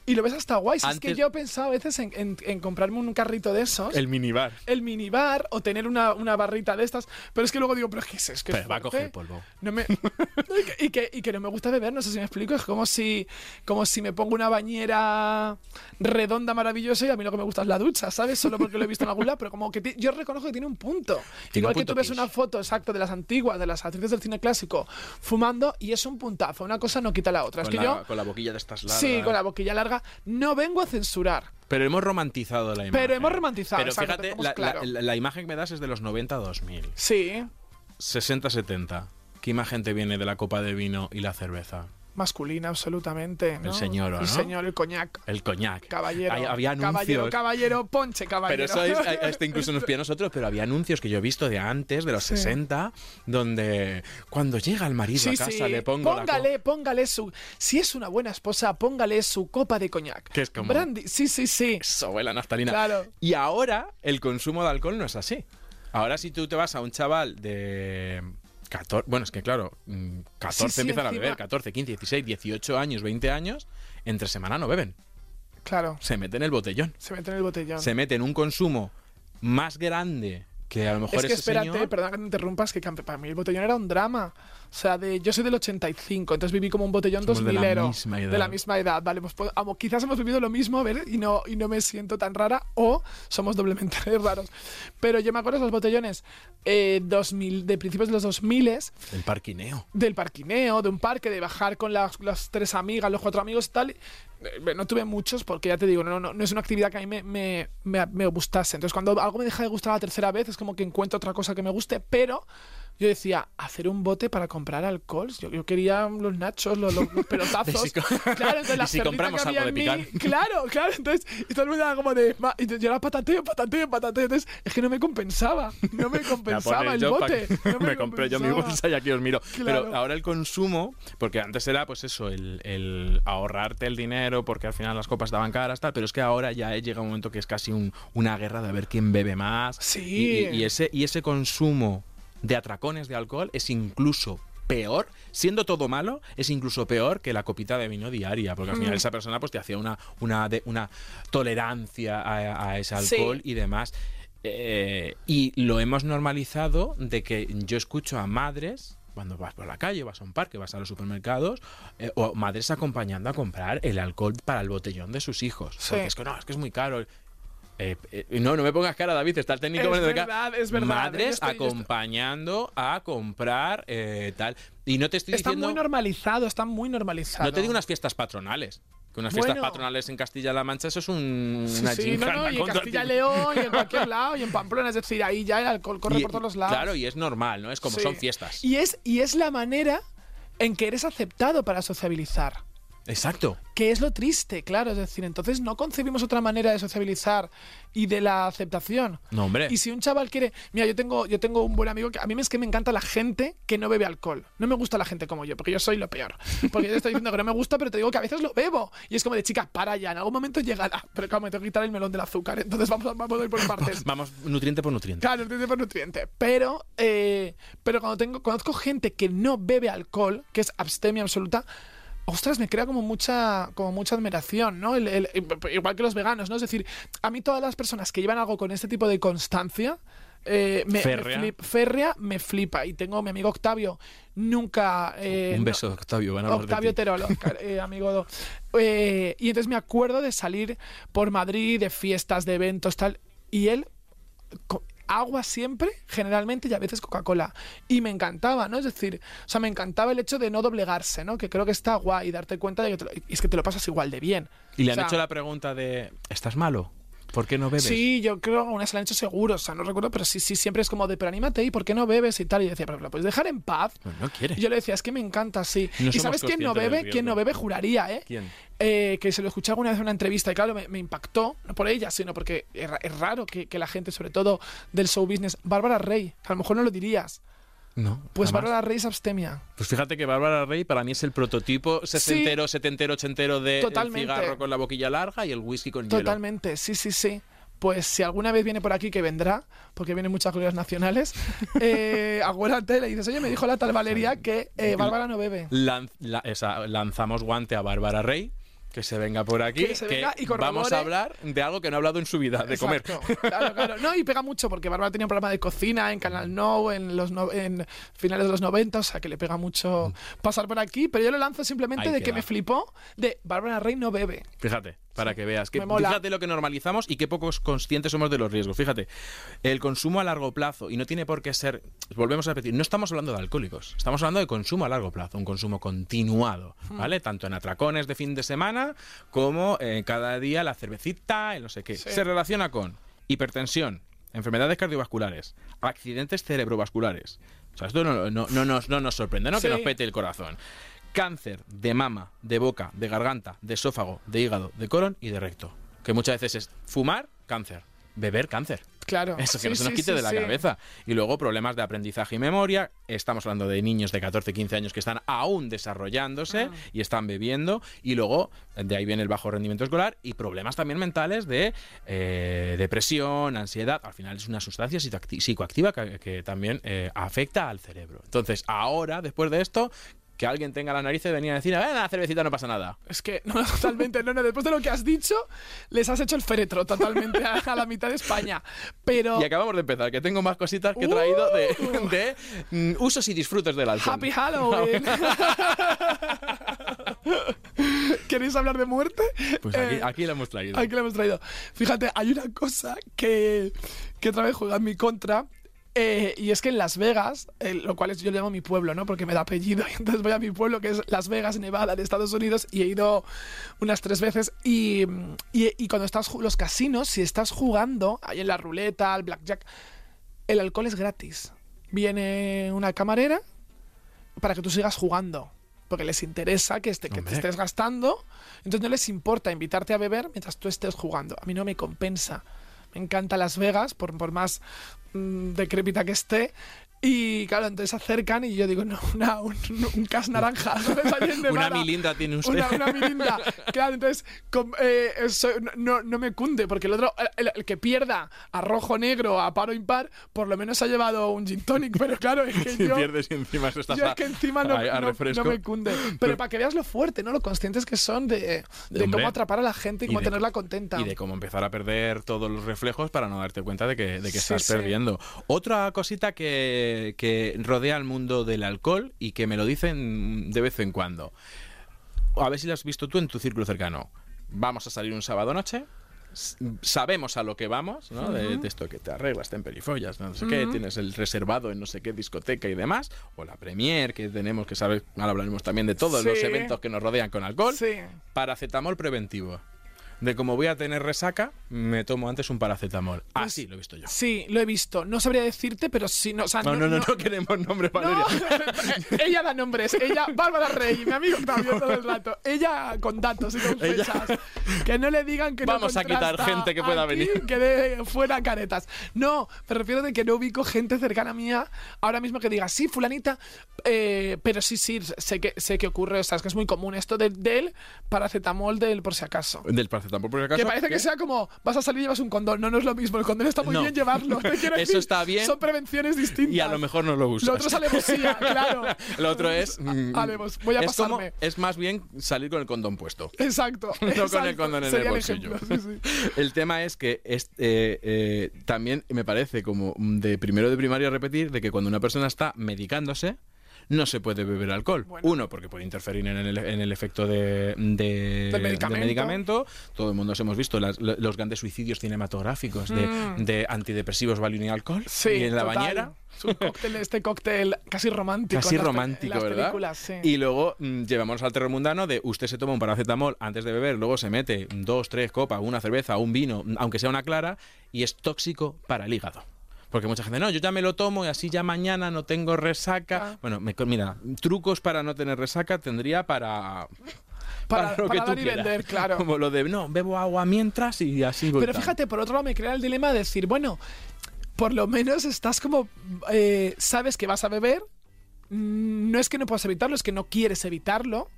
Y lo ves hasta guay. Si Antes- es que yo he pensado a veces en, en- en comprarme un carrito de esos, El minibar. el minibar, o tener una, una barrita de estas, pero es que luego digo, pero ¿qué es eso? Es que Pero es va a fuerte. coger polvo. No me, y, que, y, que, y que no me gusta beber, no sé si me explico. Es como si, como si me pongo una bañera redonda maravillosa y a mí lo que me gusta es la ducha, ¿sabes? Solo porque lo he visto en algún lado, pero como que ti- yo reconozco que tiene un punto. Tiene Igual un que tú punto ves kiss. una foto exacto de las antiguas, de las actrices del cine clásico, fumando, y es un puntazo. Una cosa no quita la otra. Con, es que la, yo, con la boquilla de estas largas. sí, con la boquilla larga, no vengo a censurar. Pero hemos romantizado la imagen. Pero hemos romantizado, Pero exacto, fíjate, tenemos la, claro. la- la imagen que me das es de los noventa a dos mil. Sí, sesenta setenta. ¿Qué imagen te viene de la copa de vino y la cerveza? masculina absolutamente, ¿no? El señor, ¿no? El señor, el coñac. El coñac. Caballero, Hay- había anuncios. caballero, caballero, ponche, Pero caballero. eso es, este incluso nos pilla a nosotros, pero había anuncios que yo he visto de antes, de los Sí. sesenta, donde cuando llega el marido Sí, a casa sí. le pongo póngale, la co- póngale su. Si es una buena esposa, póngale su copa de coñac. Que es como- Brandy, sí, sí, sí. Eso, huele a naftalina. Claro. Y ahora el consumo de alcohol no es así. Ahora si tú te vas a un chaval de catorce, bueno, es que claro, mm, catorce Sí, sí, empiezan a encima- beber, catorce, quince, dieciséis, dieciocho años, veinte años, entre semana no beben. Claro. Se meten el botellón. Se mete en el botellón. Se meten un consumo más grande que a lo mejor Es que ese espérate, señor. perdón que te interrumpas, que campe- para mí el botellón era un drama. O sea, de, yo soy del ochenta y cinco, entonces viví como un botellón Somos dos de la milero. misma edad. De la misma edad, vale. Pues, pues, amo- quizás hemos vivido lo mismo, a ver, y no, y no me siento tan rara, o somos doblemente raros. Pero yo me acuerdo de los botellones eh, dos mil, de principios de los dos mil, El parquineo. del parquineo, de un parque, de bajar con las, las tres amigas, los cuatro amigos y tal. Eh, No tuve muchos porque ya te digo, no, no, no es una actividad que a mí me, me, me, me gustase. Entonces cuando algo me deja de gustar la tercera vez es como que encuentro otra cosa que me guste, pero yo decía, hacer un bote para comprar alcohol. Yo, yo quería los nachos, los, los- los pelotazos. Y si co- Claro, entonces la y si cerdita compramos que había algo de en mí- picar. Claro, claro. Entonces, y todo el mundo era como de. "Ma", Y yo era patateo, patateo, patateo. Entonces, es que no me compensaba. No me Me compensaba ponéis el yo pa' bote. que- no me compré yo mi compensaba. bolsa y aquí os miro. Claro. Pero ahora el consumo, porque antes era pues eso, el, el ahorrarte el dinero, porque al final las copas daban caras, tal, pero es que ahora ya llega un momento que es casi un- una guerra de ver quién bebe más. Sí. Y, y- y ese, y ese consumo de atracones de alcohol es incluso peor, siendo todo malo, es incluso peor que la copita de vino diaria, porque al final Mm. esa persona pues te hacía una, una, de- una tolerancia a, a ese alcohol Sí. y demás. Eh, y lo hemos normalizado de que yo escucho a madres cuando vas por la calle, vas a un parque, vas a los supermercados, eh, o madres acompañando a comprar el alcohol para el botellón de sus hijos. Sí. Porque es que no, es que es muy caro. Eh, eh, no, no me pongas cara, David, está el técnico. Es poniendo cara. verdad, es verdad. Yo Madres estoy- yo estoy- acompañando a comprar eh, tal. Y no te estoy Está diciendo. muy normalizado, está muy normalizado. No te digo unas fiestas patronales. Que unas fiestas Bueno. patronales en Castilla-La Mancha, eso es un, Sí, una sí, no, gincana no, y en contra Castilla y ti. León, y en cualquier lado, y en Pamplona, es decir, ahí ya el alcohol corre Y- por todos los lados. Claro, y es normal, ¿no? Es como Sí. son fiestas. Y es, y es la manera en que eres aceptado para sociabilizar. Exacto. Que es lo triste, claro, es decir, entonces no concebimos otra manera de sociabilizar y de la aceptación. No, hombre. Y si un chaval quiere, mira, yo tengo, yo tengo un buen amigo que a mí es que me encanta la gente que no bebe alcohol. No me gusta la gente como yo, porque yo soy lo peor. Porque yo te estoy diciendo que no me gusta, pero te digo que a veces lo bebo. Y es como de chica, para ya, en algún momento llegará. Pero claro, me tengo que quitar el melón del azúcar, entonces vamos, a- vamos a ir por partes. Vamos, nutriente por nutriente. Claro, nutriente por nutriente. Pero, eh, pero cuando tengo, conozco gente que no bebe alcohol, que es abstemia absoluta, ostras, me crea como mucha, como mucha admiración, ¿no? El- el- igual que los veganos, ¿no? Es decir, a mí todas las personas que llevan algo con este tipo de constancia, eh, me, Férrea. me flip- férrea me flipa. Y tengo mi amigo Octavio, nunca... eh, Un no- beso, Octavio. Van a hablar de Octavio ti. Terolo, car- eh, amigo. Eh, y entonces me acuerdo de salir por Madrid, de fiestas, de eventos, tal. Y él, co- agua siempre, generalmente, y a veces Coca-Cola. Y me encantaba, ¿no? Es decir, o sea, me encantaba el hecho de no doblegarse, ¿no? Que creo que está guay, darte cuenta de que te lo- y es que te lo pasas igual de bien. Y le O han sea, hecho la pregunta de: ¿estás malo? ¿Por qué no bebes? Sí, yo creo que algunas se la han hecho seguro, o sea, no recuerdo, pero sí, sí, siempre es como de, pero anímate, ¿y por qué no bebes? Y tal, y decía, pero lo puedes dejar en paz. Pues no quiere. Y yo le decía, es que me encanta, sí. No ¿Y somos sabes quién no conscientes del bebe? ¿Quién no riesgo. bebe? Juraría, ¿eh? ¿Quién? Eh, que se lo escuché alguna vez en una entrevista y claro, me, me impactó, no por ella, sino porque es, ra- es raro que, que la gente, sobre todo del show business, Bárbara Rey, a lo mejor no lo dirías, No. pues jamás. Bárbara Rey es abstemia. Pues fíjate que Bárbara Rey para mí es el prototipo sesentero, setentero, ochentero de el Totalmente. cigarro con la boquilla larga y el whisky con hielo. Totalmente, sí, sí, sí. Pues si alguna vez viene por aquí, que vendrá, porque vienen muchas glorias nacionales, eh, acuérdate, le dices, oye, me dijo la tal Valeria que eh, Bárbara no bebe. Lan- la- esa, lanzamos guante a Bárbara Rey que se venga por aquí, que, se que venga y vamos a hablar de algo que no ha hablado en su vida, de Exacto. comer. Claro, claro. No, y pega mucho porque Bárbara tenía un programa de cocina en Canal No en los no, en finales de los noventa, o sea que le pega mucho pasar por aquí, pero yo lo lanzo simplemente Ahí de queda. que me flipó de Bárbara Rey no bebe. Fíjate, para Sí, que veas. Que, me mola. fíjate lo que normalizamos y qué pocos conscientes somos de los riesgos. Fíjate, el consumo a largo plazo, y no tiene por qué ser, volvemos a repetir, no estamos hablando de alcohólicos, estamos hablando de consumo a largo plazo, un consumo continuado, ¿vale? Tanto en atracones de fin de semana como eh, cada día la cervecita, el no sé qué. Sí. Se relaciona con hipertensión, enfermedades cardiovasculares, accidentes cerebrovasculares. O sea, esto no, no, no, nos, no nos sorprende, ¿no? Sí. Que nos pete el corazón. Cáncer de mama, de boca, de garganta, de esófago, de hígado, de colon y de recto. Que muchas veces es fumar, cáncer. Beber, cáncer. Claro. Eso, que Sí, no se nos sí, quite sí, de la sí. cabeza. Y luego problemas de aprendizaje y memoria. Estamos hablando de niños de catorce, quince años que están aún desarrollándose Ah. y están bebiendo. Y luego, de ahí viene el bajo rendimiento escolar y problemas también mentales de eh, depresión, ansiedad. Al final es una sustancia psicoacti- psicoactiva que, que también eh, afecta al cerebro. Entonces, ahora, después de esto, que alguien tenga la nariz de venir a decir, a la cervecita no pasa nada. Es que, no, totalmente, no, no, después de lo que has dicho, les has hecho el féretro totalmente a, a la mitad de España. Pero Y acabamos de empezar, que tengo más cositas que he Uh. traído de, de mm, usos y disfrutos del alcohol. Happy Halloween. ¿Queréis hablar de muerte? Pues aquí, Eh, aquí lo hemos traído. Aquí lo hemos traído. Fíjate, hay una cosa que, que otra vez juega en mi contra. Eh, y es que en Las Vegas, eh, lo cual es, yo le llamo mi pueblo, ¿no? Porque me da apellido. Y entonces voy a mi pueblo, que es Las Vegas, Nevada, en Estados Unidos, y he ido unas tres veces. Y, y, y cuando estás ju- los casinos, si estás jugando ahí en la ruleta, al blackjack, el alcohol es gratis. Viene una camarera para que tú sigas jugando. Porque les interesa que, este, que te Hombre. estés gastando. Entonces no les importa invitarte a beber mientras tú estés jugando. A mí no me compensa. Me encanta Las Vegas, por, por más mmm, decrépita que esté. Y claro, entonces se acercan y yo digo, no, una, un, un cas naranja. ¿Sabes? Ahí en Una Nevada. milindra tiene usted. Una, una mirinda. Claro, entonces com- eh, soy- no, no me cunde, porque el otro, el, el que pierda a rojo, negro, a paro impar, por lo menos ha llevado un gin tonic. Pero claro, es que Si yo. pierdes y encima estás Yo a, es que encima no, a- a no- refresco. no me cunde. Pero, Pero- para que veas lo fuerte, ¿no? Lo conscientes que son de, de Hombre. cómo atrapar a la gente y Y cómo de- tenerla contenta. Y de cómo empezar a perder todos los reflejos para no darte cuenta de que, de que Sí, estás sí. perdiendo. Otra cosita que, que rodea el mundo del alcohol y que me lo dicen de vez en cuando. A ver si lo has visto tú en tu círculo cercano. Vamos a salir un sábado noche. s- Sabemos a lo que vamos, ¿no? De, de esto que te arreglas, te emperifollas, no sé qué, tienes el reservado en no sé qué discoteca y demás, o la premier que tenemos, que sabes, ahora hablaremos también de todos Sí. los eventos que nos rodean con alcohol. Sí. Paracetamol preventivo. De como voy a tener resaca, me tomo antes un paracetamol. Pues Así lo he visto yo. Sí, lo he visto. No sabría decirte, pero sí. No, o sea, No, no, no, no, queremos nombres, Valeria. No, ella da nombres. Ella, Bárbara Rey, mi amigo Octavio todo el rato. Ella con datos y con Ella- fechas. Que no le digan que Vamos no a quitar contrasta gente que pueda aquí, venir. que de fuera caretas. No, me refiero de que no ubico gente cercana mía ahora mismo que diga, sí, fulanita, eh, pero sí, sí, sé que, sé que ocurre. O sea, es que es muy común esto de- del paracetamol del por si acaso. Del paracetamol, por si acaso. Que parece que ¿qué? sea como, vas a salir y llevas un condón. No, no es lo mismo. El condón está muy No. bien llevarlo. Te quiero Eso decir, está bien. Son prevenciones distintas. Y a lo mejor no lo usas. Lo otro es alevosía, claro. Lo otro es. mm, Alevos, voy a es como- pasarme. es más bien salir con el condón puesto. Exacto. No con el exacto. condón en Sería el el bolsillo. ejemplo, sí, sí. El tema es que es, eh, eh, también me parece como de primero de primaria repetir de que cuando una persona está medicándose no se puede beber alcohol. Bueno. Uno, porque puede interferir en el, en el efecto de, de- Del medicamento. del medicamento. Todo el mundo hemos visto las- lo- los grandes suicidios cinematográficos de, Mm. de antidepresivos, Valium y alcohol. Sí, y en la total. bañera. Es un cóctel, este cóctel casi romántico. Casi en las pe- romántico, en las ¿verdad? películas, sí. Y luego mm, llevamos al terror mundano de usted se toma un paracetamol antes de beber, luego se mete dos, tres copas, una cerveza, un vino, aunque sea una clara, y es tóxico para el hígado. Porque mucha gente, no, yo ya me lo tomo y así ya mañana no tengo resaca. Ah. Bueno, me- mira, trucos para no tener resaca tendría para... Para, lo para que tú dar y quieras. vender, claro. Como lo de, no, bebo agua mientras y así voy. Pero tal. fíjate, por otro lado me crea el dilema de decir, bueno, por lo menos estás como, eh, sabes que vas a beber, mm, no es que no puedas evitarlo, es que no quieres evitarlo,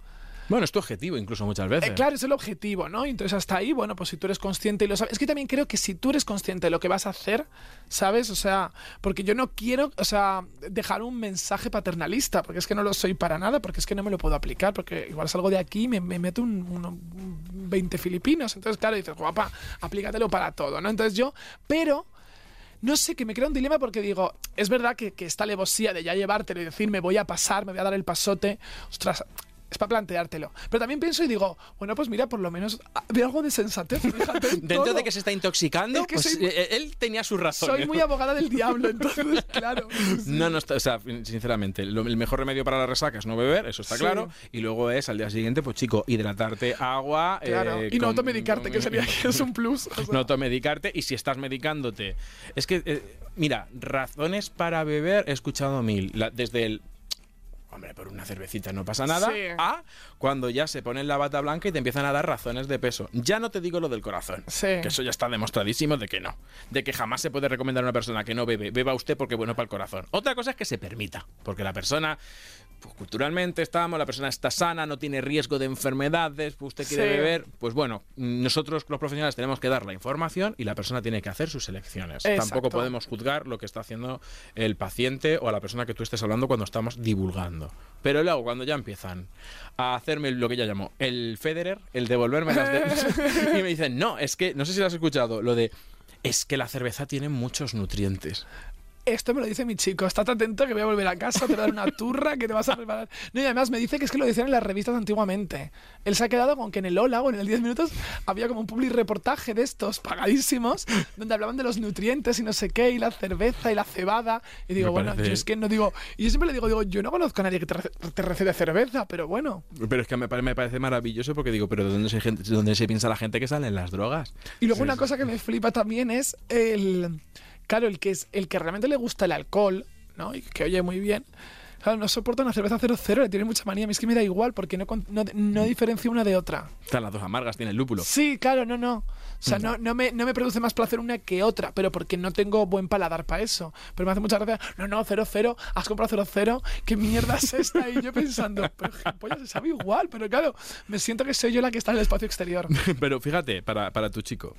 Bueno, es tu objetivo incluso muchas veces. Eh, claro, es el objetivo, ¿no? Entonces hasta ahí, bueno, pues si tú eres consciente y lo sabes. Es que también creo que si tú eres consciente de lo que vas a hacer, ¿sabes? O sea, porque yo no quiero, o sea, dejar un mensaje paternalista, porque es que no lo soy para nada, porque es que no me lo puedo aplicar, porque igual salgo de aquí y me, me meto un, un, un veinte filipinos. Entonces, claro, dices, guapa, aplícatelo para todo, ¿no? Entonces yo, pero... No sé, que me crea un dilema porque digo, es verdad que, que esta alevosía de ya llevártelo y decir me voy a pasar, me voy a dar el pasote, ostras, es para planteártelo. Pero también pienso y digo, bueno, pues mira, por lo menos veo algo de sensatez. Fíjate en Dentro todo. de que se está intoxicando, Es que pues soy- eh, él tenía sus razones. Soy muy abogada del diablo, entonces, claro. No, no está, o sea, sinceramente, lo- el mejor remedio para la resaca es no beber, eso está Sí. claro. Y luego es al día siguiente, pues chico, hidratarte, agua. Claro. eh, y no con- automedicarte, que sería que es un plus. O sea. No automedicarte, y si estás medicándote. Es que, eh, mira, razones para beber he escuchado mil. La- desde el. Hombre, por una cervecita no pasa nada. Sí. A cuando ya se ponen la bata blanca y te empiezan a dar razones de peso. Ya no te digo lo del corazón. Sí. Que eso ya está demostradísimo de que no. De que jamás se puede recomendar a una persona que no bebe. Beba usted porque es bueno para el corazón. Otra cosa es que se permita. Porque la persona, pues culturalmente estamos, la persona está sana, no tiene riesgo de enfermedades, pues usted quiere Sí. beber. Pues bueno, nosotros los profesionales tenemos que dar la información y la persona tiene que hacer sus elecciones. Exacto. Tampoco podemos juzgar lo que está haciendo el paciente o a la persona que tú estés hablando cuando estamos divulgando. Pero luego, cuando ya empiezan a hacerme lo que ya llamo el Federer, el devolverme las de... y me dicen, no, es que, no sé si lo has escuchado, lo de, es que la cerveza tiene muchos nutrientes. Esto me lo dice mi chico, estate atento que voy a volver a casa, te voy a dar una turra que te vas a preparar. No, y además me dice que es que lo decían en las revistas antiguamente. Él se ha quedado con que en el Hola o en el diez minutos había como un public reportaje de estos pagadísimos donde hablaban de los nutrientes y no sé qué, y la cerveza y la cebada. Y digo, Me bueno, parece- yo es que no digo... Y yo siempre le digo, digo, yo no conozco a nadie que te, rece- te recete cerveza, pero bueno. Pero es que me, pare- me parece maravilloso porque digo, pero ¿de dónde se, gente, dónde se piensa la gente que salen las drogas? Y luego Sí, una sí. cosa que me flipa también es el... Claro, el que, es, el que realmente le gusta el alcohol, ¿no? Y que oye muy bien. Claro, no soporta una cerveza cero cero, le tiene mucha manía. A mí es que me da igual porque no, con- no, no diferencio una de otra. Están las dos amargas, tiene el lúpulo. Sí, claro, no, no. O sea, no, no, me, no me produce más placer una que otra, pero porque no tengo buen paladar para eso. Pero me hace mucha gracia. No, no, cero cero, has comprado cero cero, ¿qué mierda es esta? Y yo pensando, pero gilipollas, se sabe igual. Pero claro, me siento que soy yo la que está en el espacio exterior. Pero fíjate, para, para tu chico,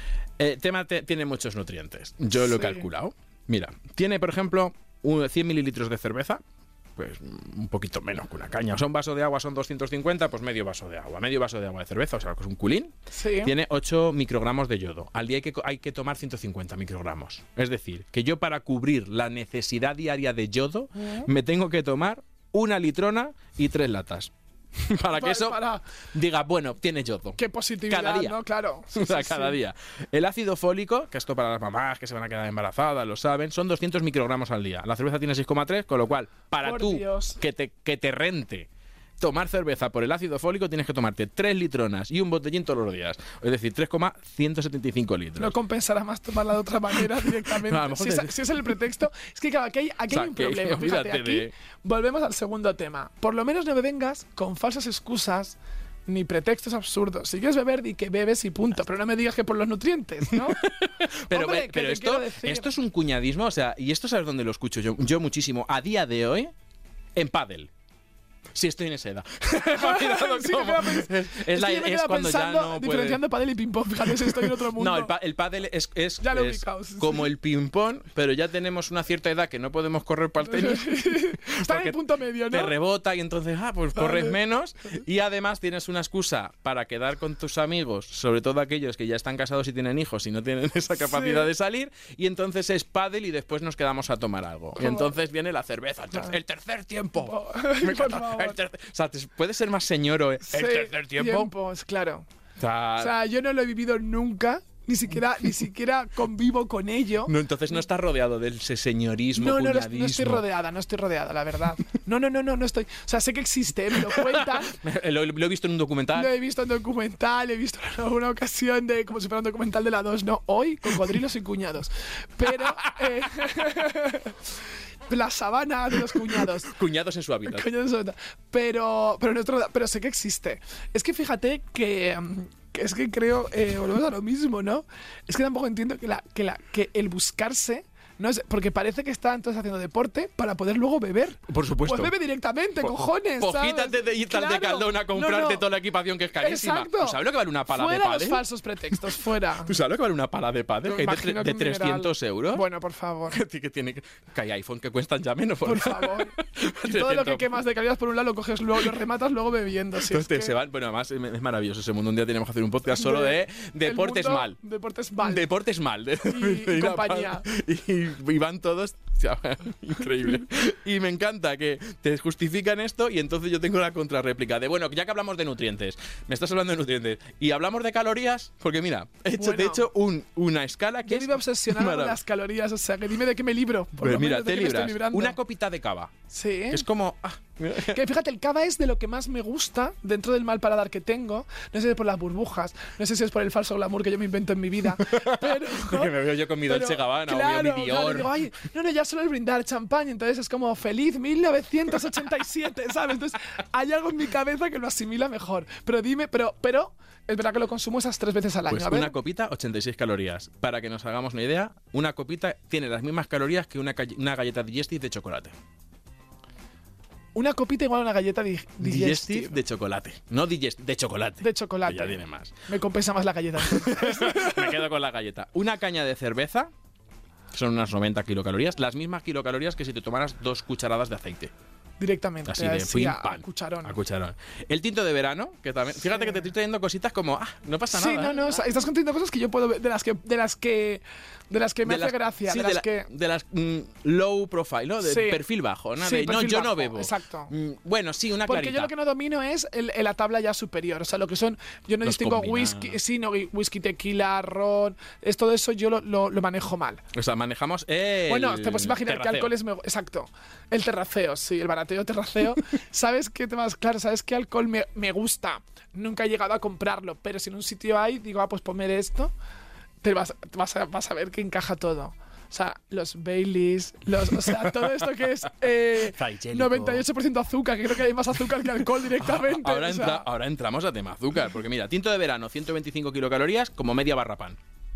el tema te- tiene muchos nutrientes. Yo lo he Sí. calculado. Mira, tiene, por ejemplo, un- cien mililitros de cerveza, pues un poquito menos que una caña. O sea, un vaso de agua son doscientos cincuenta, pues medio vaso de agua. Medio vaso de agua de cerveza, o sea, que es un culín. Sí. Tiene ocho microgramos de yodo. Al día hay que, co- hay que tomar ciento cincuenta microgramos. Es decir, que yo para cubrir la necesidad diaria de yodo, me tengo que tomar una litrona y tres latas. Para que Para- eso para- diga, bueno, tiene yodo. Qué positividad, Cada día. ¿no? Claro. Sí, O sea, sí, cada sí. día. El ácido fólico, que esto para las mamás que se van a quedar embarazadas, lo saben, son doscientos microgramos al día. La cerveza tiene seis coma tres, con lo cual, para Por tú Dios. que te, que te rente tomar cerveza por el ácido fólico, tienes que tomarte tres litronas y un botellín todos los días. Es decir, tres coma ciento setenta y cinco litros. No compensará más tomarla de otra manera directamente. No, a lo mejor si, te- es, si es el pretexto. Es que claro, aquí hay, aquí O sea, hay un que- problema. que Fíjate, olvídate aquí de- volvemos al segundo tema. Por lo menos no me vengas con falsas excusas ni pretextos absurdos. Si quieres beber, di que bebes y punto. Pero no me digas que por los nutrientes, ¿no? Pero, Hombre, ve- que pero te esto, quiero decir. esto es un cuñadismo, o sea, y esto sabes dónde lo escucho yo, yo muchísimo, a día de hoy, en pádel. Sí, estoy en esa edad. Cuidado, Sí, me ¿cómo? queda pens- es, es es la- que yo me es quedo cuando ya pensando, no puede... diferenciando pádel y ping-pong. Fíjate, si estoy en otro mundo. No, el, pa- el pádel es, es, Ya lo he es ubicado, sí, sí. como el ping-pong, pero ya tenemos una cierta edad que no podemos correr para el tenis. Está en porque el punto medio, Te ¿no? rebota y entonces, ah, pues Vale. corres menos. Y además tienes una excusa para quedar con tus amigos, sobre todo aquellos que ya están casados y tienen hijos y no tienen esa capacidad Sí. de salir. Y entonces es pádel y después nos quedamos a tomar algo. Y ¿Cómo? entonces viene la cerveza, el, ter- el tercer tiempo. Ay, Me por encanta. favor. El ter- o sea, te- puede ser más señoro, ¿eh? Sí, El tercer tiempo. tiempos, claro. O sea, O sea, yo no lo he vivido nunca. Ni siquiera, ni siquiera convivo con ello. no, entonces no estás rodeado del ese señorismo, No, no, no, cuñadismo. no estoy rodeada, no estoy rodeada, la verdad. No, no, no, no, no estoy. O sea, sé que existe, me lo cuentan. lo, lo he visto en un documental. Lo he visto en documental, he visto en alguna ocasión de como si fuera un documental de la dos, no, hoy cocodrilos y cuñados. Pero eh, la sabana de los cuñados. Cuñados en su hábitat. Cuñados de- pero pero, nuestro, pero sé que existe. Es que fíjate que, mm, que es que creo, eh, volvemos a lo mismo, ¿no? Es que tampoco entiendo que, la, que, la, que el buscarse No sé, porque parece que está entonces haciendo deporte para poder luego beber. Por supuesto. Pues bebe directamente, Po- cojones. Pues ¿sabes? quítate de ir al Claro. Decathlon a comprarte No, no. toda la equipación que es carísima. Exacto. ¿Tú sabes lo que vale una pala Fuera de los pádel? falsos pretextos, fuera. ¿Tú sabes lo que vale una pala de pádel? Me Que hay de, imagino tre- que de un dineral. trescientos euros. Bueno, por favor. que, que tiene que que hay iPhone que cuestan ya menos. Por favor. Y todo lo que trescientos. quemas de calidad por un lado lo coges luego, lo rematas lugo bebiendo. Si es Entonces que se van, bueno, además es es maravilloso ese mundo. Un día tenemos que hacer un podcast solo de, el deportes mundo- mal. Deportes mal. Deportes mal. de- Y- de y ir a compañía. pal- Y, y van todos. O sea, increíble. Y me encanta que te justifican esto y entonces yo tengo la contrarréplica de, bueno, ya que hablamos de nutrientes, me estás hablando de nutrientes y hablamos de calorías, porque mira, he hecho, Bueno. te he hecho un, una escala que Yo es vivo obsesionado con marav- las calorías, o sea, que dime de qué me libro. Por Pues lo mira, menos de te qué me estoy libras librando. una copita de cava, Sí. que es como... ah, mira. Que fíjate, el cava es de lo que más me gusta dentro del mal paladar que tengo. No sé si es por las burbujas, no sé si es por el falso glamour que yo me invento en mi vida. Pero. Que me veo yo con mi pero, Dolce Gabbana claro, o mi claro, Dior. digo, ay, no, no, ya solo el brindar champán. Entonces es como feliz mil novecientos ochenta y siete, ¿sabes? Entonces hay algo en mi cabeza que lo asimila mejor. Pero dime, pero, pero es verdad que lo consumo esas tres veces al año. Pues a ver. una copita, ochenta y seis calorías. Para que nos hagamos una idea, una copita tiene las mismas calorías que una, calle- una galleta digestive de chocolate. Una copita igual a una galleta di- Digestive digestive. de chocolate. No digest, de chocolate. De chocolate. Que ya tiene más. Me compensa más la galleta. Me quedo con la galleta. Una caña de cerveza, que son unas noventa kilocalorías, las mismas kilocalorías que si te tomaras dos cucharadas de aceite. Directamente. Así de así, pim, a, pam. a cucharón. A cucharón. El tinto de verano, que también. Fíjate que te estoy trayendo cositas como, ah, no pasa Sí, nada. no, no, ¿eh? o sea, estás contando cosas que yo puedo ver, de las que, de las que, de las que me De hace las- gracia, sí, de las la- que, de las mm, low profile, ¿no? De Sí. perfil bajo, ¿no? Sí, De, no, perfil yo bajo, no bebo. exacto. Mm, bueno, sí, una porque clarita. yo lo que no domino es el, el- la tabla ya superior, o sea, lo que son, yo no Los distingo combinados. whisky, sí, no, whisky, tequila, ron, es todo eso yo lo, lo, lo manejo mal. O sea, manejamos el Bueno, te puedes imaginar terraceo. que alcohol es mejor. Exacto. El terraceo, sí, el barateo terraceo. ¿Sabes qué temas? Claro, ¿sabes qué alcohol me, me gusta? Nunca he llegado a comprarlo, pero si en un sitio hay, digo, ah, pues ponme esto, te vas, vas, a, vas a ver que encaja todo. O sea, los Baileys, los, o sea, todo esto que es eh, Fragélico. noventa y ocho por ciento azúcar, que creo que hay más azúcar que alcohol directamente. Ahora, o sea, entra- ahora entramos a tema azúcar, porque mira, tinto de verano, ciento veinticinco kilocalorías, como media barra pan.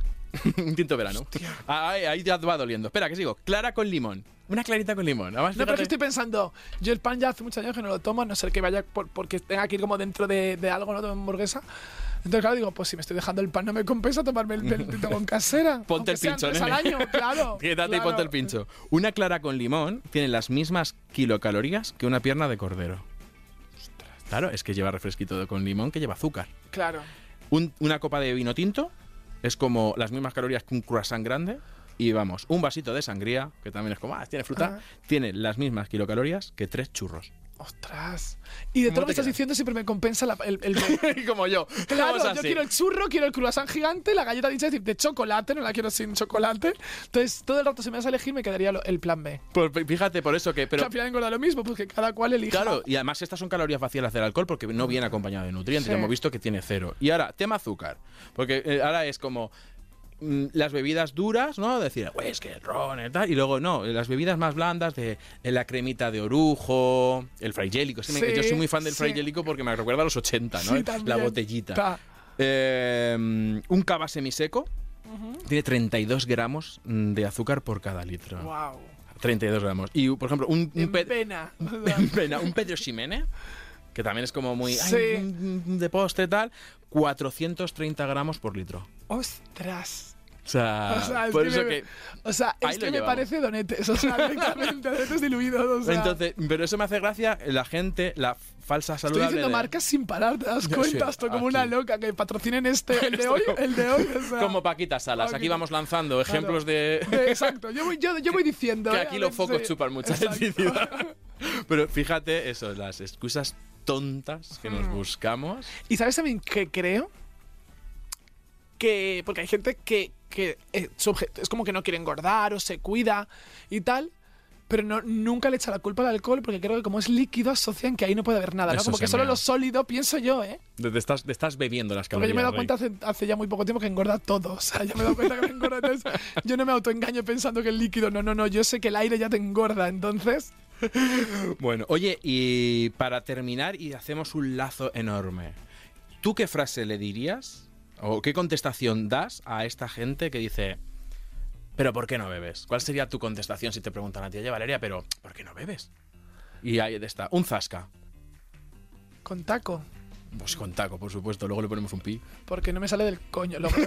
Un tinto de verano. Ah, Ahí, ahí ya va doliendo. Espera, que sigo. Clara con limón. Una clarita con limón. Además, No, pero fíjate- que estoy pensando, yo el pan ya hace muchos años que no lo tomo, a no ser que vaya por- porque tenga que ir como dentro de, de algo, ¿no? De hamburguesa. Entonces, claro, digo, pues si me estoy dejando el pan, no me compensa tomarme el el tinto con casera. Ponte el aunque sean pincho, tres nene. al año, claro. Quédate y claro. ponte el pincho. Una clara con limón tiene las mismas kilocalorías que una pierna de cordero. Claro, es que lleva refresquito de- con limón que lleva azúcar. Claro. Un- una copa de vino tinto es como las mismas calorías que un croissant grande. Y vamos, un vasito de sangría, que también es como, ah, tiene fruta, Ah. tiene las mismas kilocalorías que tres churros. Ostras. Y de ¿Cómo todo lo te que estás quedas? diciendo siempre me compensa la- el, el- Como yo. Claro, Vamos yo así. quiero el churro, quiero el croissant gigante, la galleta digestive de chocolate, no la quiero sin chocolate. Entonces, todo el rato si me vas a elegir me quedaría lo- el plan B. Pues fíjate, por eso que... que Pero, al final engorda lo mismo, porque cada cual elija. claro, y además estas son calorías vacías de hacer alcohol porque no viene acompañado de nutrientes. Sí. Ya hemos visto que tiene cero. Y ahora, tema azúcar. Porque eh, ahora es como mm, las bebidas duras, ¿no? Decir, pues es que el ron y tal. Y luego, no, las bebidas más blandas de, de la cremita de orujo, el fragélico. Es que me- Sí, yo soy muy fan del sí. fragélico porque me recuerda a los ochenta, ¿no? Sí, la también. botellita. Ta. Eh, un cava semiseco tiene treinta y dos gramos mm, de azúcar por cada litro. Wow. treinta y dos gramos. Y, por ejemplo, un, un, En pe- pena. en pena, un Pedro Ximénez, que también es como muy Sí. ay, mm, de postre tal, cuatrocientos treinta gramos por litro. Ostras. O sea, O sea, es por que eso me- que... O sea, Ahí es lo que me llevamos. parece donetes, o sea, directamente, donetes diluidos, o sea. Entonces, pero eso me hace gracia la gente, la falsa Estoy saludable. diciendo de- marcas sin parar, te das Ya cuenta, sé, estoy como aquí. una loca, que patrocinen este, el de hoy, el de hoy, o sea. Como Paquita Salas. Aquí Paquita. vamos lanzando ejemplos de... De- exacto, yo voy, yo, yo voy diciendo. que ¿eh? aquí A los ver, focos sí. chupan mucha Exacto. electricidad. Pero fíjate eso, las excusas tontas que nos Mm. buscamos. Y sabes también que creo que. Porque hay gente que, que eh, su objeto es como que no quiere engordar o se cuida y tal. Pero no, nunca le echa la culpa al alcohol porque creo que como es líquido asocian que ahí no puede haber nada, ¿no? Eso Como que se solo mea. lo sólido, pienso yo, ¿eh? Te te estás, te estás bebiendo las Porque calorías. yo me he dado Rey. cuenta hace, hace ya muy poco tiempo que engorda todo. O sea, yo me he dado cuenta que me engorda. Entonces, yo no me autoengaño pensando que el líquido, no, no, no. Yo sé que el aire ya te engorda, entonces. Bueno, oye, y para terminar y hacemos un lazo enorme, ¿tú qué frase le dirías o qué contestación das a esta gente que dice ¿pero por qué no bebes? ¿Cuál sería tu contestación si te preguntan a ti, oye Valeria, pero ¿por qué no bebes? Y ahí está, un zasca. Con taco. Pues con taco, por supuesto, luego le ponemos un pi. Porque no me sale del coño, Logroño.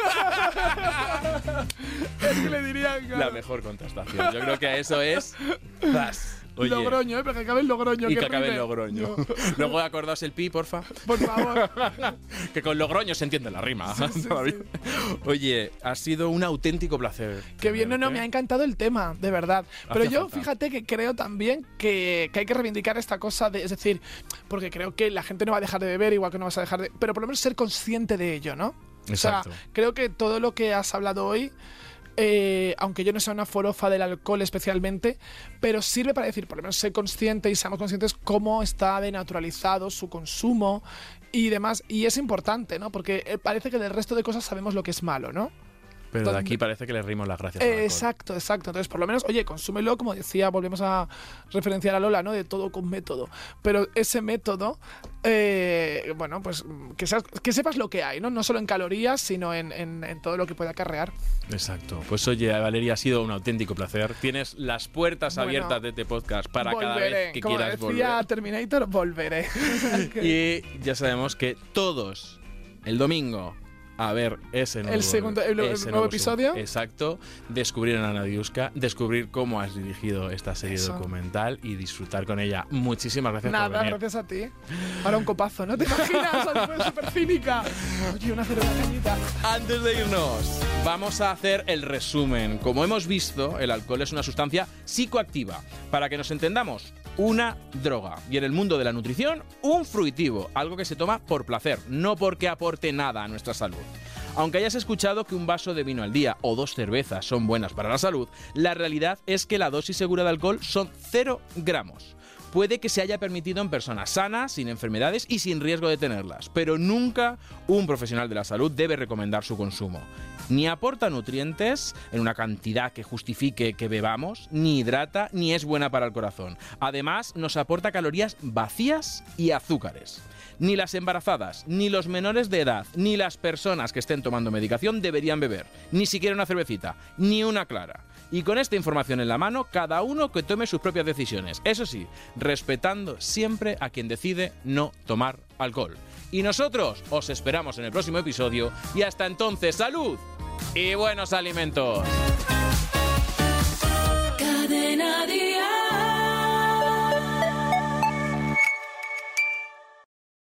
Es que le dirían, claro. La mejor contestación. Yo creo que eso es zas. Oye, Logroño, ¿eh? Pero que acabe en Logroño. y que que acabe en rime. Logroño. No. Luego acordaos el pi, porfa. Por favor. Que con Logroño se entiende la rima. Sí, sí, Todavía. sí. Oye, ha sido un auténtico placer. Qué bien, no, no, tenerte. me ha encantado el tema, de verdad. Pero Hacía yo, falta. fíjate que creo también que, que hay que reivindicar esta cosa de, es decir, porque creo que la gente no va a dejar de beber, igual que no vas a dejar de, pero por lo menos ser consciente de ello, ¿no? Exacto. O sea, creo que todo lo que has hablado hoy, eh, aunque yo no sea una forofa del alcohol especialmente, pero sirve para decir, por lo menos ser consciente y seamos conscientes cómo está denaturalizado su consumo y demás. Y es importante, ¿no? Porque eh, parece que del resto de cosas sabemos lo que es malo, ¿no? Pero de aquí parece que le rimos las gracias al alcohol. Exacto, exacto. Entonces, por lo menos, oye, consúmelo, como decía, volvemos a referenciar a Lola, ¿no? De todo con método. Pero ese método, eh, bueno, pues que, seas, que sepas lo que hay, ¿no? No solo en calorías, sino en, en, en todo lo que puede acarrear. Exacto. Pues oye, Valeria, ha sido un auténtico placer. Tienes las puertas Bueno, abiertas de este podcast para cada volveré. vez que Como quieras decía volver. Terminator, volveré. Y ya sabemos que todos el domingo a ver ese nuevo, segundo- el ese nuevo nuevo episodio. Exacto. Descubrir a Nadiuska, descubrir cómo has dirigido esta serie Eso. documental y disfrutar con ella. Muchísimas gracias por Nada, venir. gracias a ti. Ahora un copazo, ¿no? ¿Te imaginas? Fue súper cínica. Oye, una cerveza cañita. Antes de irnos, vamos a hacer el resumen. Como hemos visto, el alcohol es una sustancia psicoactiva. Para que nos entendamos, una droga. Y en el mundo de la nutrición, un fruitivo. Algo que se toma por placer, no porque aporte nada a nuestra salud. Aunque hayas escuchado que un vaso de vino al día o dos cervezas son buenas para la salud, la realidad es que la dosis segura de alcohol son cero gramos. Puede que se haya permitido en personas sanas, sin enfermedades y sin riesgo de tenerlas, pero nunca un profesional de la salud debe recomendar su consumo. Ni aporta nutrientes en una cantidad que justifique que bebamos, ni hidrata, ni es buena para el corazón. Además, nos aporta calorías vacías y azúcares. Ni las embarazadas, ni los menores de edad, ni las personas que estén tomando medicación deberían beber. Ni siquiera una cervecita, ni una clara. Y con esta información en la mano, cada uno que tome sus propias decisiones. Eso sí, respetando siempre a quien decide no tomar alcohol. Y nosotros os esperamos en el próximo episodio. Y hasta entonces, ¡salud! Y buenos alimentos.